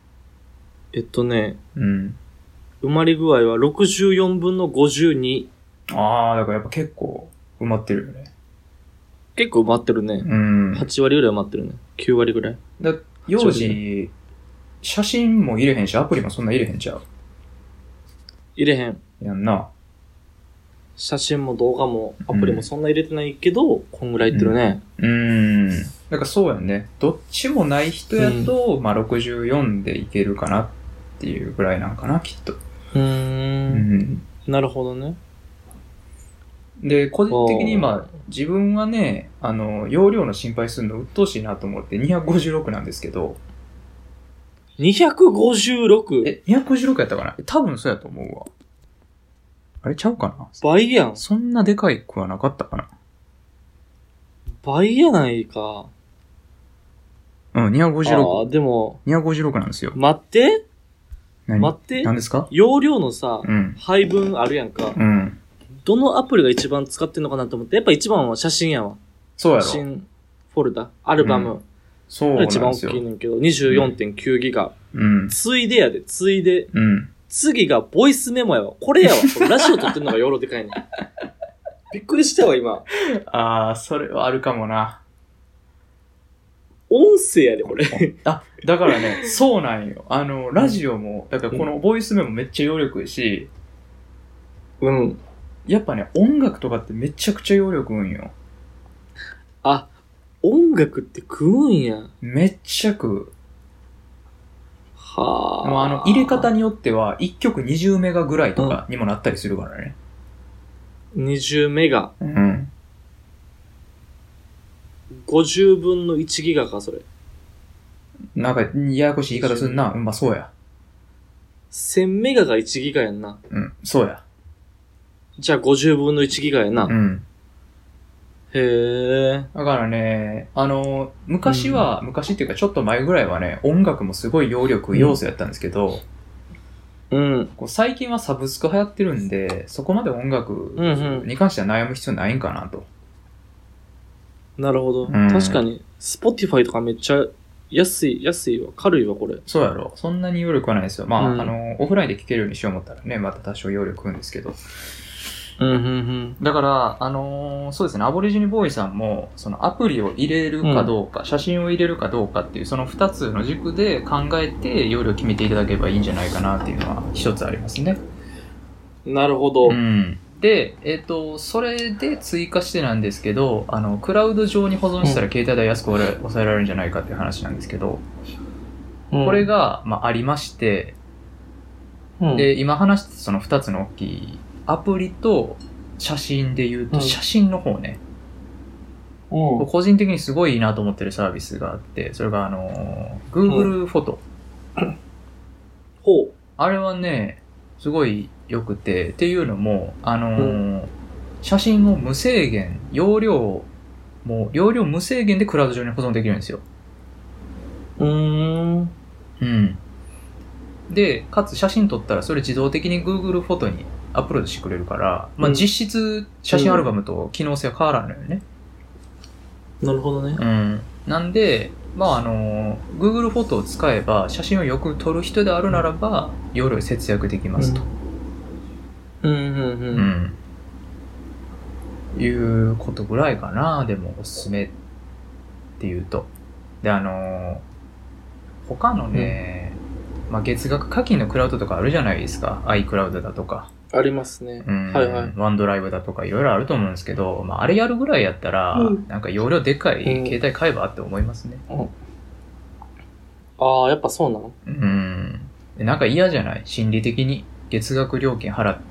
Speaker 2: うん。埋まり具合は64分の52。
Speaker 1: ああ、だからやっぱ結構埋まってるよね。
Speaker 2: 結構埋まってるね。うん。8割ぐらい埋まってるね。9割ぐらい。
Speaker 1: 幼児、写真も入れへんし、アプリもそんな入れへんちゃう。
Speaker 2: 入れへん。
Speaker 1: やんな。
Speaker 2: 写真も動画もアプリもそんな入れてないけど、こんぐらいいってるね。
Speaker 1: だからそうやね。どっちもない人やと、まあ64でいけるかなっていうぐらいなんかな、きっと。
Speaker 2: なるほどね。
Speaker 1: で、個人的に自分はね、容量の心配するの鬱陶しいなと思って256なんですけど。
Speaker 2: 256?
Speaker 1: 256やったかな？多分そうやと思うわ。あれちゃうかな？
Speaker 2: 倍やん。
Speaker 1: そんなでかいくはなかったかな？
Speaker 2: 倍やないか。
Speaker 1: うん、256。
Speaker 2: ああ、でも。
Speaker 1: 256なんですよ。
Speaker 2: 待って
Speaker 1: 待って。何ですか？
Speaker 2: 容量のさ、配分あるやんか。どのアプリが一番使ってんのかなと思って、やっぱ一番は写真やわ。
Speaker 1: そうやろ。
Speaker 2: 写真フォルダ、アルバム。
Speaker 1: そうなんですよ。
Speaker 2: 一番大きいねんけど、24.9 ギガ。ついでやで、ついで。次がボイスメモやわ。これやわ。これラジオ撮ってんのが容量でかいねん。びっくりしたわ、今。
Speaker 1: ああ、それはあるかもな。
Speaker 2: 音声やで、これ。
Speaker 1: だからね、そうなんよ。ラジオも、だからこのボイスメモめっちゃ容量いいし、やっぱね、音楽とかってめちゃくちゃ容量食うんよ。
Speaker 2: あ、音楽って食うんや。
Speaker 1: めっちゃ食う。
Speaker 2: はあ。
Speaker 1: もう入れ方によっては、1曲20メガぐらいとかにもなったりするからね。
Speaker 2: 20メガ。50分の1ギガか、それ。
Speaker 1: なんか、ややこしい言い方すんな。まあ、そうや。
Speaker 2: 1000メガが1ギガやんな。
Speaker 1: そうや。
Speaker 2: じゃあ50分の1ギガやな。へえ。
Speaker 1: だからね、昔っていうかちょっと前ぐらいはね、音楽もすごい容量食う要素やったんですけど、最近はサブスク流行ってるんで、そこまで音楽に関しては悩む必要ないんかなと。
Speaker 2: なるほど。確かに、Spotify とかめっちゃ安いわ。軽いわ、これ。
Speaker 1: そうやろ。そんなに容量食わないですよ。まあ、オフラインで聴けるようにしよう思ったらね、また多少容量食うんですけど。だから、そうですね、アボリジニボーイさんも、そのアプリを入れるかどうか、写真を入れるかどうかっていう、その2つの軸で考えて、容量を決めていただければいいんじゃないかなっていうのは一つありますね。
Speaker 2: なるほど。
Speaker 1: で、それで追加してなんですけど、クラウド上に保存したら携帯代安く抑えられるんじゃないかっていう話なんですけど、これが、ありまして、で、今話してたその2つの大きい、アプリと写真で言うと、写真の方ね。個人的にすごいいいなと思ってるサービスがあって、それがGoogle フォト。あれはね、すごい良くて、っていうのも、写真を無制限、容量無制限でクラウド上に保存できるんですよ。で、かつ写真撮ったらそれ自動的に Google フォトにアップロードしてくれるから、実質写真アルバムと機能性は変わらないのよね。
Speaker 2: なるほどね。
Speaker 1: なんで、Google フォトを使えば写真をよく撮る人であるならば、容量節約できますと。いうことぐらいかな。でもおすすめっていうと。で、他のね、月額課金のクラウドとかあるじゃないですか。iCloud だとか。
Speaker 2: ありますね。
Speaker 1: ワンドライブだとかいろいろあると思うんですけど、あれやるぐらいやったら、なんか容量でかい携帯買えばって思いますね。
Speaker 2: ああ、やっぱそうなの？
Speaker 1: なんか嫌じゃない？心理的に。月額料金払って、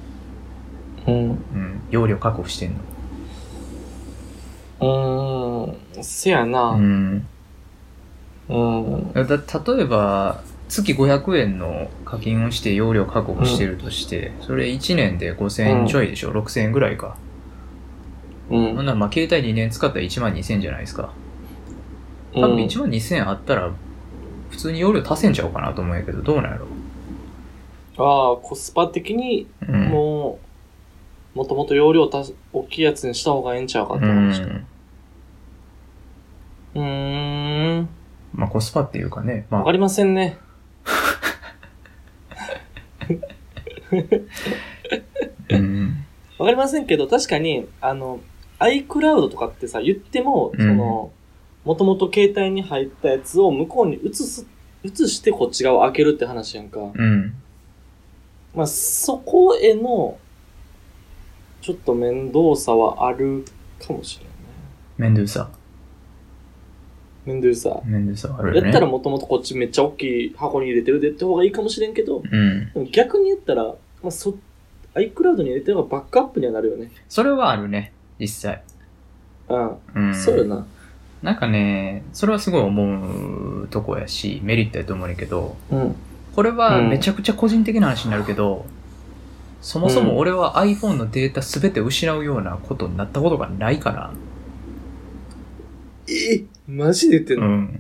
Speaker 1: 容量確保してん
Speaker 2: の。せやな。
Speaker 1: 例えば、月500円の課金をして容量確保してるとして、それ1年で5000円ちょいでしょ、6000円ぐらいか。
Speaker 2: うん。
Speaker 1: ほんならまあ携帯2年使ったら12000じゃないですか。多分12000あったら、普通に容量足せんちゃうかなと思うんやけど、どうなんやろ。
Speaker 2: ああ、コスパ的に、もともと容量大きいやつにした方がええんちゃうかって話か。
Speaker 1: まあコスパっていうかね。まあ、
Speaker 2: わかりませんね。わかりませんけど、確かに、iCloud とかってさ、言っても、もともと携帯に入ったやつを向こうに移してこっち側を開けるって話やんか。まあ、そこへの、ちょっと面倒さはあるかもしれない。面倒さあるね。やったらもともとこっちめっちゃ大きい箱に入れてるでって方がいいかもしれんけど、でも逆に言ったら、まあ、iCloud に入れてる方がバックアップにはなるよね。
Speaker 1: それはあるね、実際。
Speaker 2: そうよな。
Speaker 1: なんかね、それはすごい思うとこやし、メリットやと思うんやけど、これはめちゃくちゃ個人的な話になるけど、そもそも俺は iPhone のデータすべて失うようなことになったことがないから。
Speaker 2: マジで言ってんの？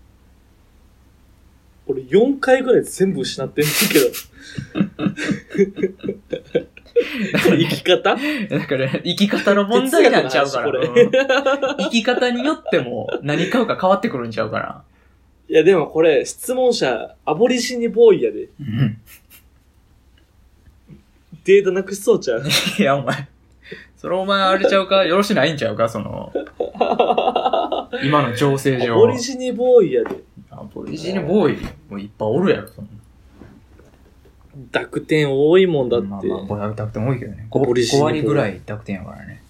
Speaker 2: 俺4回ぐらい全部失ってんけど。生き方？
Speaker 1: だから生き方の問題なんちゃうから。生き方によっても何買うか変わってくるんちゃうから。
Speaker 2: いやでもこれ質問者アボリジニボーイやで。データなくしそうちゃう？
Speaker 1: いやお前。それお前あれちゃうかよろしないんちゃうかその。今の情勢上。
Speaker 2: アボリジニボーイやで。
Speaker 1: アボリジニボーイもいっぱいおるやろ、そんな。
Speaker 2: 濁点多いもんだって。
Speaker 1: まあ濁点多いけどね。5割ぐらい濁点やからね。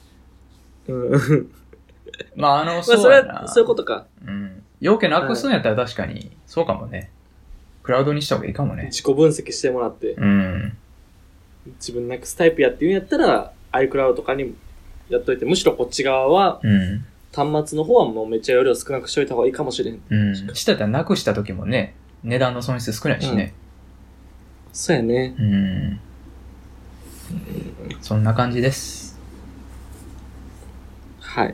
Speaker 1: まあ
Speaker 2: そうやな。そういうことか。
Speaker 1: 要件なくすんやったら確かに、そうかもね。クラウドにした方がいいかもね。
Speaker 2: 自己分析してもらって。自分なくすタイプやって言うんやったら、iCloud とかにやっといて、むしろこっち側は、端末の方はもうめっちゃ容量少なくしといた方がいいかもしれん。
Speaker 1: したらなくした時もね、値段の損失少ないしね。
Speaker 2: そうやね。
Speaker 1: そんな感じです。
Speaker 2: はい。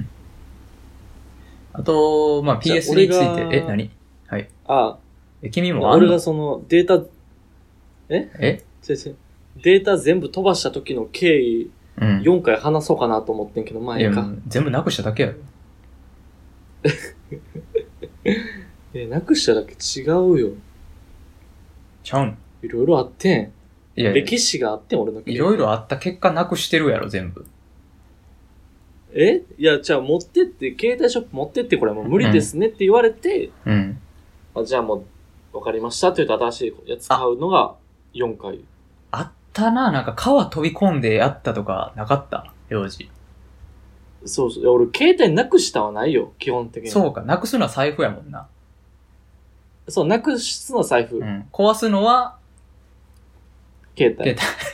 Speaker 1: あと、まあ PS について、何？はい。君も
Speaker 2: 俺がそのデータ、データ全部飛ばした時の経緯、4回話そうかなと思ってんけど、前か。
Speaker 1: 全部なくしただけや
Speaker 2: ろ。なくしただけ違うよ。
Speaker 1: ちゃうん？
Speaker 2: いろいろあってん。歴史があってん、俺の
Speaker 1: いろいろあった結果なくしてるやろ、全部。
Speaker 2: いや、じゃあ持ってって、携帯ショップ持ってって、これもう無理ですねって言われて、じゃあもう、わかりましたって言うと新しいやつ買うのが4回。
Speaker 1: あったな、なんか川飛び込んでやったとかなかった幼児。
Speaker 2: そう。俺、携帯なくしたはないよ、基本的に。
Speaker 1: そうか、なくすのは財布やもんな。
Speaker 2: そう、なくすのは財布。
Speaker 1: 壊すのは、
Speaker 2: 携帯。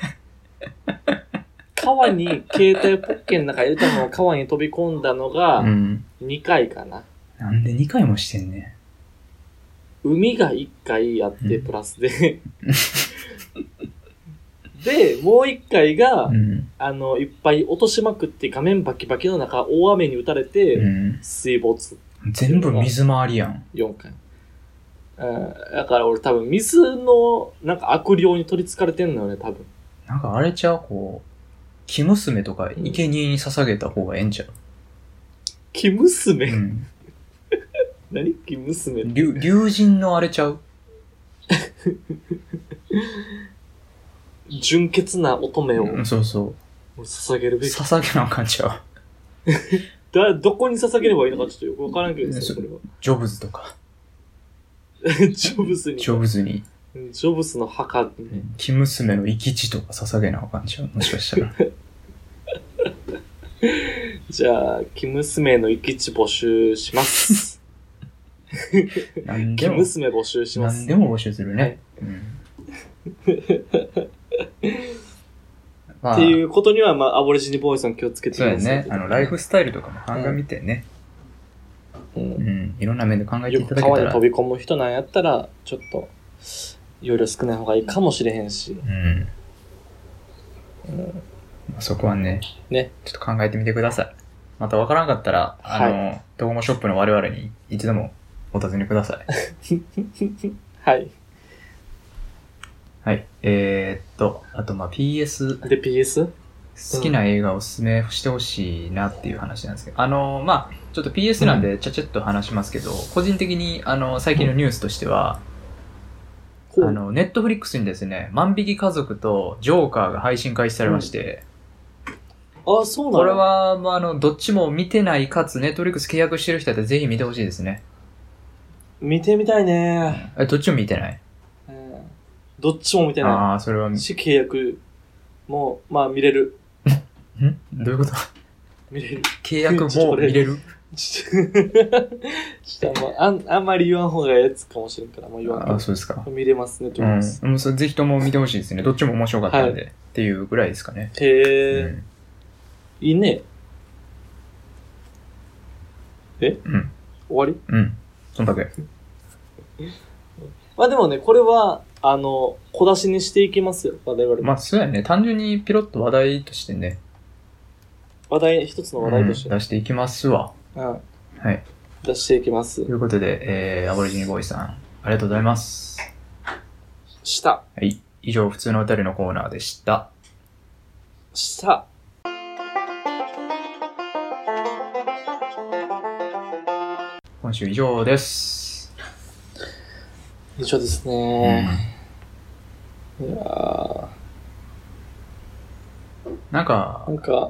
Speaker 2: 川に携帯ポッケの中入れたのを川に飛び込んだのが2回かな。
Speaker 1: なんで2回もしてんね
Speaker 2: ん。海が1回やってプラスでで、もう1回が、いっぱい落としまくって画面バキバキの中大雨に打たれて水没。
Speaker 1: 全部水回りやん。
Speaker 2: 4回。だから俺多分水のなんか悪霊に取り憑かれてんのよね、多分。
Speaker 1: なんかあれちゃうこう、生娘とか生贄に捧げた方がええんちゃう？
Speaker 2: 生娘？何生娘？
Speaker 1: 竜神のあれちゃう？
Speaker 2: 純潔な乙女を。
Speaker 1: そうそう。
Speaker 2: 捧げるべき。
Speaker 1: 捧げなあかんちゃ
Speaker 2: う。どこに捧げればいいのかちょっとよくわからんけどさ、これは。
Speaker 1: ジョブズとか。
Speaker 2: ジョブズに。
Speaker 1: ジョブズに。
Speaker 2: ジョブズの墓に。
Speaker 1: 生娘の生き地とか捧げなあかんちゃうもしかしたら。
Speaker 2: じゃあ、生娘の生き地募集します。生娘募集します。
Speaker 1: 何でも募集するね。
Speaker 2: っていうことには、まあ、アボリジニボーイさん気をつけてください。
Speaker 1: そうやね。ライフスタイルとかも鑑みてね。いろんな面で考えていただけたら。
Speaker 2: 川に飛び込む人なんやったら、ちょっと、容量少ない方がいいかもしれへんし。
Speaker 1: そこはね、
Speaker 2: ね。
Speaker 1: ちょっと考えてみてください。またわからんかったら、ドコモショップの我々にいつでもお尋ねください。
Speaker 2: はい。
Speaker 1: はい。あとPS。
Speaker 2: で、PS？
Speaker 1: 好きな映画をおすすめしてほしいなっていう話なんですけど、ちょっと PS なんでちゃちゃっと話しますけど、個人的に最近のニュースとしては、ネットフリックスにですね、万引き家族とジョーカーが配信開始されまして、
Speaker 2: あ、そうなの？
Speaker 1: これは、どっちも見てないかつ、ネットフリックス契約してる人だったらぜひ見てほしいですね。
Speaker 2: 見てみたいね。
Speaker 1: どっちも見てない？
Speaker 2: どっちも見てない。
Speaker 1: ああ、それは。
Speaker 2: 契約も、見れる。
Speaker 1: どういうこと？
Speaker 2: 見れる。
Speaker 1: 契約も見れる？
Speaker 2: ちょっとあんまり言わん方がやつかもしれんからもう言わんけど。
Speaker 1: あ、そうですか。
Speaker 2: 見れますね、と思います。
Speaker 1: それぜひとも見てほしいですね。どっちも面白かったんで、っていうぐらいですかね。
Speaker 2: へえ、いいね。終わり？
Speaker 1: そんだけ。
Speaker 2: でもね、これは、小出しにしていきますよ、我々。
Speaker 1: そうやね。単純にピロッと話題としてね。
Speaker 2: 一つの話題として。
Speaker 1: 出していきますわ。はい。
Speaker 2: 出していきます。
Speaker 1: ということで、アボリジニボーイさん、ありがとうございます。はい。以上、普通のお便りのコーナーでした。今週以上です。
Speaker 2: 以上ですね。いやー。
Speaker 1: なんか、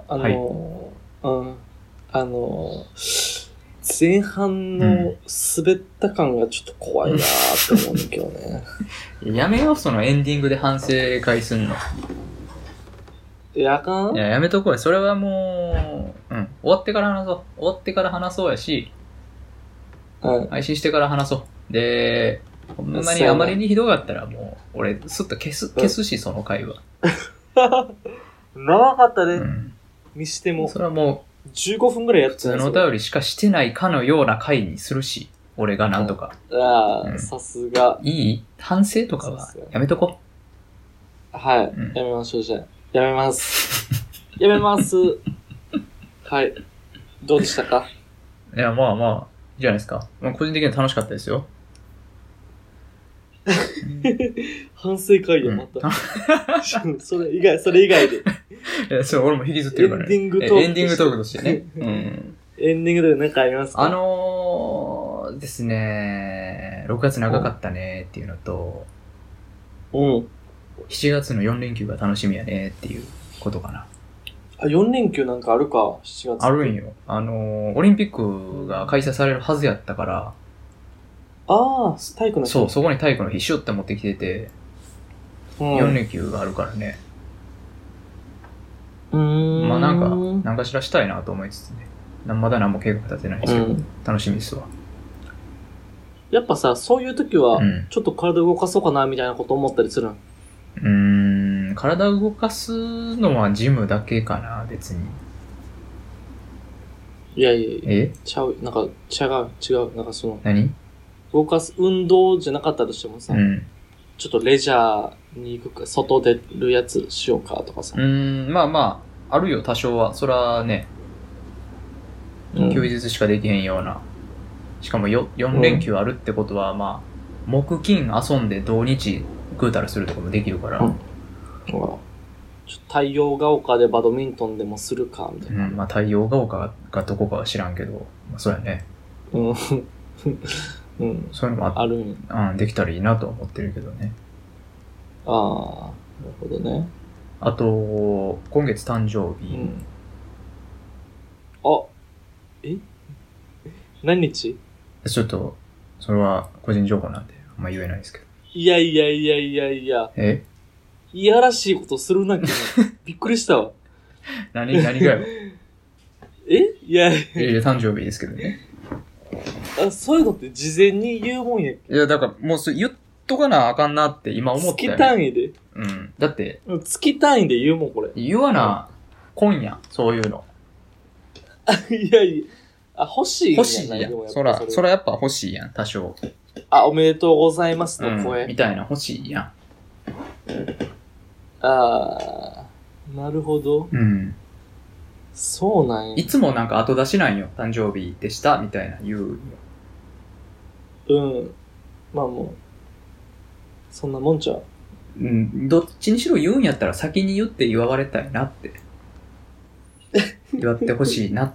Speaker 2: 前半の滑った感がちょっと怖いなーって思うんだけどね。
Speaker 1: やめよう、そのエンディングで反省会すんの。
Speaker 2: あかん？
Speaker 1: やめとこうよ。それはもう、終わってから話そう。終わってから話そうやし、配信してから話そう。で、ほんまにあまりにひどかったらもう、俺、すっと消すし、その回は。
Speaker 2: 長かったね。にしても。
Speaker 1: それはも
Speaker 2: う、15分くらいやってた。
Speaker 1: 普通のお便りしかしてないかのような回にするし、俺がなんとか。
Speaker 2: さすが。
Speaker 1: いい？反省とかはやめとこ。
Speaker 2: はい。やめましょう、じゃあ。やめます。やめます。はい。どうでしたか？
Speaker 1: いや、まあ、いいじゃないですか。個人的には楽しかったですよ。
Speaker 2: 反省会や、また。それ以外で。
Speaker 1: 俺も引きずってるからね。エンディングトークとしてね。
Speaker 2: エンディングで何かありますか？
Speaker 1: ですね、6月長かったねっていうのと、7月の4連休が楽しみやねっていうことかな。
Speaker 2: 4連休なんかあるか、7月。
Speaker 1: あるんよ。オリンピックが開催されるはずやったから、
Speaker 2: 体育の日。
Speaker 1: そう、そこに体育の日しよって持ってきてて、4連休があるからね。なんかしらしたいなと思いつつね。まだ何も計画立てないんですけど、楽しみですわ。
Speaker 2: やっぱさ、そういう時は、ちょっと体動かそうかなみたいなこと思ったりするん？
Speaker 1: 体動かすのはジムだけかな、別に。
Speaker 2: いや。違う。なんかその、
Speaker 1: 何？
Speaker 2: 動かす、運動じゃなかったとしてもさ、ちょっとレジャーに行くか、外出るやつしようかとかさ。
Speaker 1: あるよ、多少は。そらね、休日しかできへんような。しかも4連休あるってことは、木金遊んで土日食うたらするとかもできるから。
Speaker 2: 太陽が丘でバドミントンでもするか、みたいな。
Speaker 1: 太陽が丘がどこかは知らんけど、そうやね。そういうのもあるん。できたらいいなとは思ってるけどね。
Speaker 2: なるほどね。
Speaker 1: あと、今月誕生日。
Speaker 2: 何日？
Speaker 1: ちょっと、それは個人情報なんで、あんま言えないですけど。
Speaker 2: いや。いやらしいことするな、びっくりしたわ。
Speaker 1: 何がよ。
Speaker 2: いや、
Speaker 1: 誕生日ですけどね。
Speaker 2: そういうのって事前に言うもんやっけ？
Speaker 1: いや、だからもう言っとかなあかんなって今思ってたよ、ね。
Speaker 2: 月単位で。
Speaker 1: だって。
Speaker 2: 月単位で言うもん、これ。
Speaker 1: 言わな、今夜、そういうの。
Speaker 2: いや。欲しい
Speaker 1: やん。そらやっぱ欲しいやん、多少。
Speaker 2: おめでとうございますの声。
Speaker 1: みたいな欲しいやん。
Speaker 2: なるほど。
Speaker 1: うん。
Speaker 2: そうなんや。
Speaker 1: いつもなんか後出しなんよ。誕生日でした、みたいな言う
Speaker 2: よ。うん。まあもう、そんなもんちゃう。
Speaker 1: うん。どっちにしろ言うんやったら先に言って祝われたいなって。祝ってほしいなって。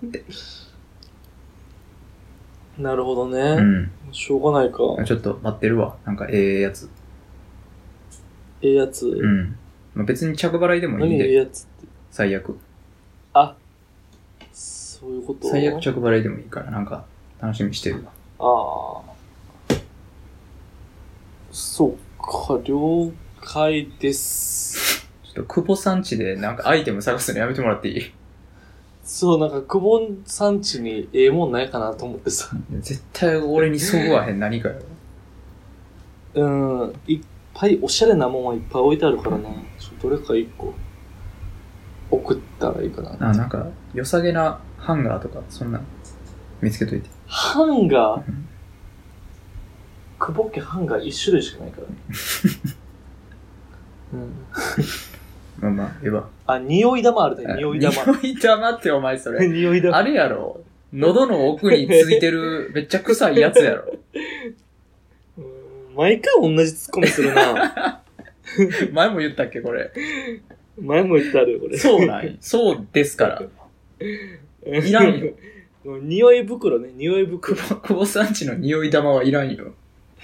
Speaker 2: なるほどね。
Speaker 1: うん。
Speaker 2: しょうがないか。
Speaker 1: ちょっと待ってるわ。なんかええやつ。
Speaker 2: ええやつ。
Speaker 1: うん。まあ、別に着払いでもいいんで。
Speaker 2: 何ええやつって。
Speaker 1: 最悪。
Speaker 2: あ、そういうこと？
Speaker 1: 最悪着払いでもいいから、なんか楽しみにしてるわ。
Speaker 2: ああ。そうか、了解です。
Speaker 1: ちょっと久保さん家でなんかアイテム探すのやめてもらっていい？
Speaker 2: そう、なんか久保さん家にええもんないかなと思ってさ。
Speaker 1: 絶対俺にそぐわへん何かよ。
Speaker 2: いっぱいおしゃれなもんはいっぱい置いてあるからな。どれか一個送ったらいいかな。
Speaker 1: あ、なんか良さげなハンガーとかそんな見つけといて。
Speaker 2: ハンガー？久保家ハンガー一種類しかないからね。うん。
Speaker 1: まあまあ、ええわ。
Speaker 2: あ、匂い玉あるね、匂い玉。
Speaker 1: 匂い玉ってお前それ。
Speaker 2: 匂い玉。
Speaker 1: あれやろ。喉の奥についてるめっちゃ臭いやつやろ。
Speaker 2: 毎回同じツッコミするな。
Speaker 1: 前も言ったっけこれ。
Speaker 2: 前も言ったるこれ。
Speaker 1: そうなん。そうですから。いらんよ。
Speaker 2: 匂い袋ね、匂い袋。
Speaker 1: 久保さんちの匂い玉はいらんよ。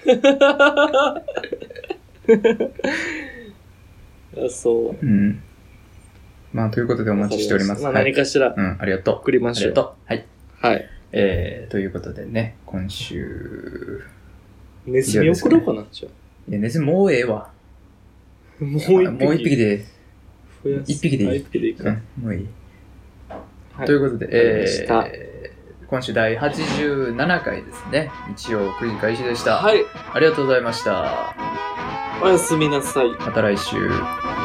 Speaker 2: あ、そう。
Speaker 1: うん。まあ、ということでお待ちしております。
Speaker 2: まあ、何かしら。
Speaker 1: うん、ありがとう。
Speaker 2: 送りましょう。
Speaker 1: ありがとう。はい。
Speaker 2: はい。
Speaker 1: ということでね、今週。
Speaker 2: ネズミ送ろうかな、じゃあ。
Speaker 1: いや、ネズミもうええわ。
Speaker 2: もう一匹
Speaker 1: で。一匹でいい。
Speaker 2: 一匹でいいか。
Speaker 1: もういい。
Speaker 2: はい、
Speaker 1: ということで、今週第87回ですね。日曜9時開始でした。
Speaker 2: はい。
Speaker 1: ありがとうございました。
Speaker 2: おやすみなさい。
Speaker 1: また来週。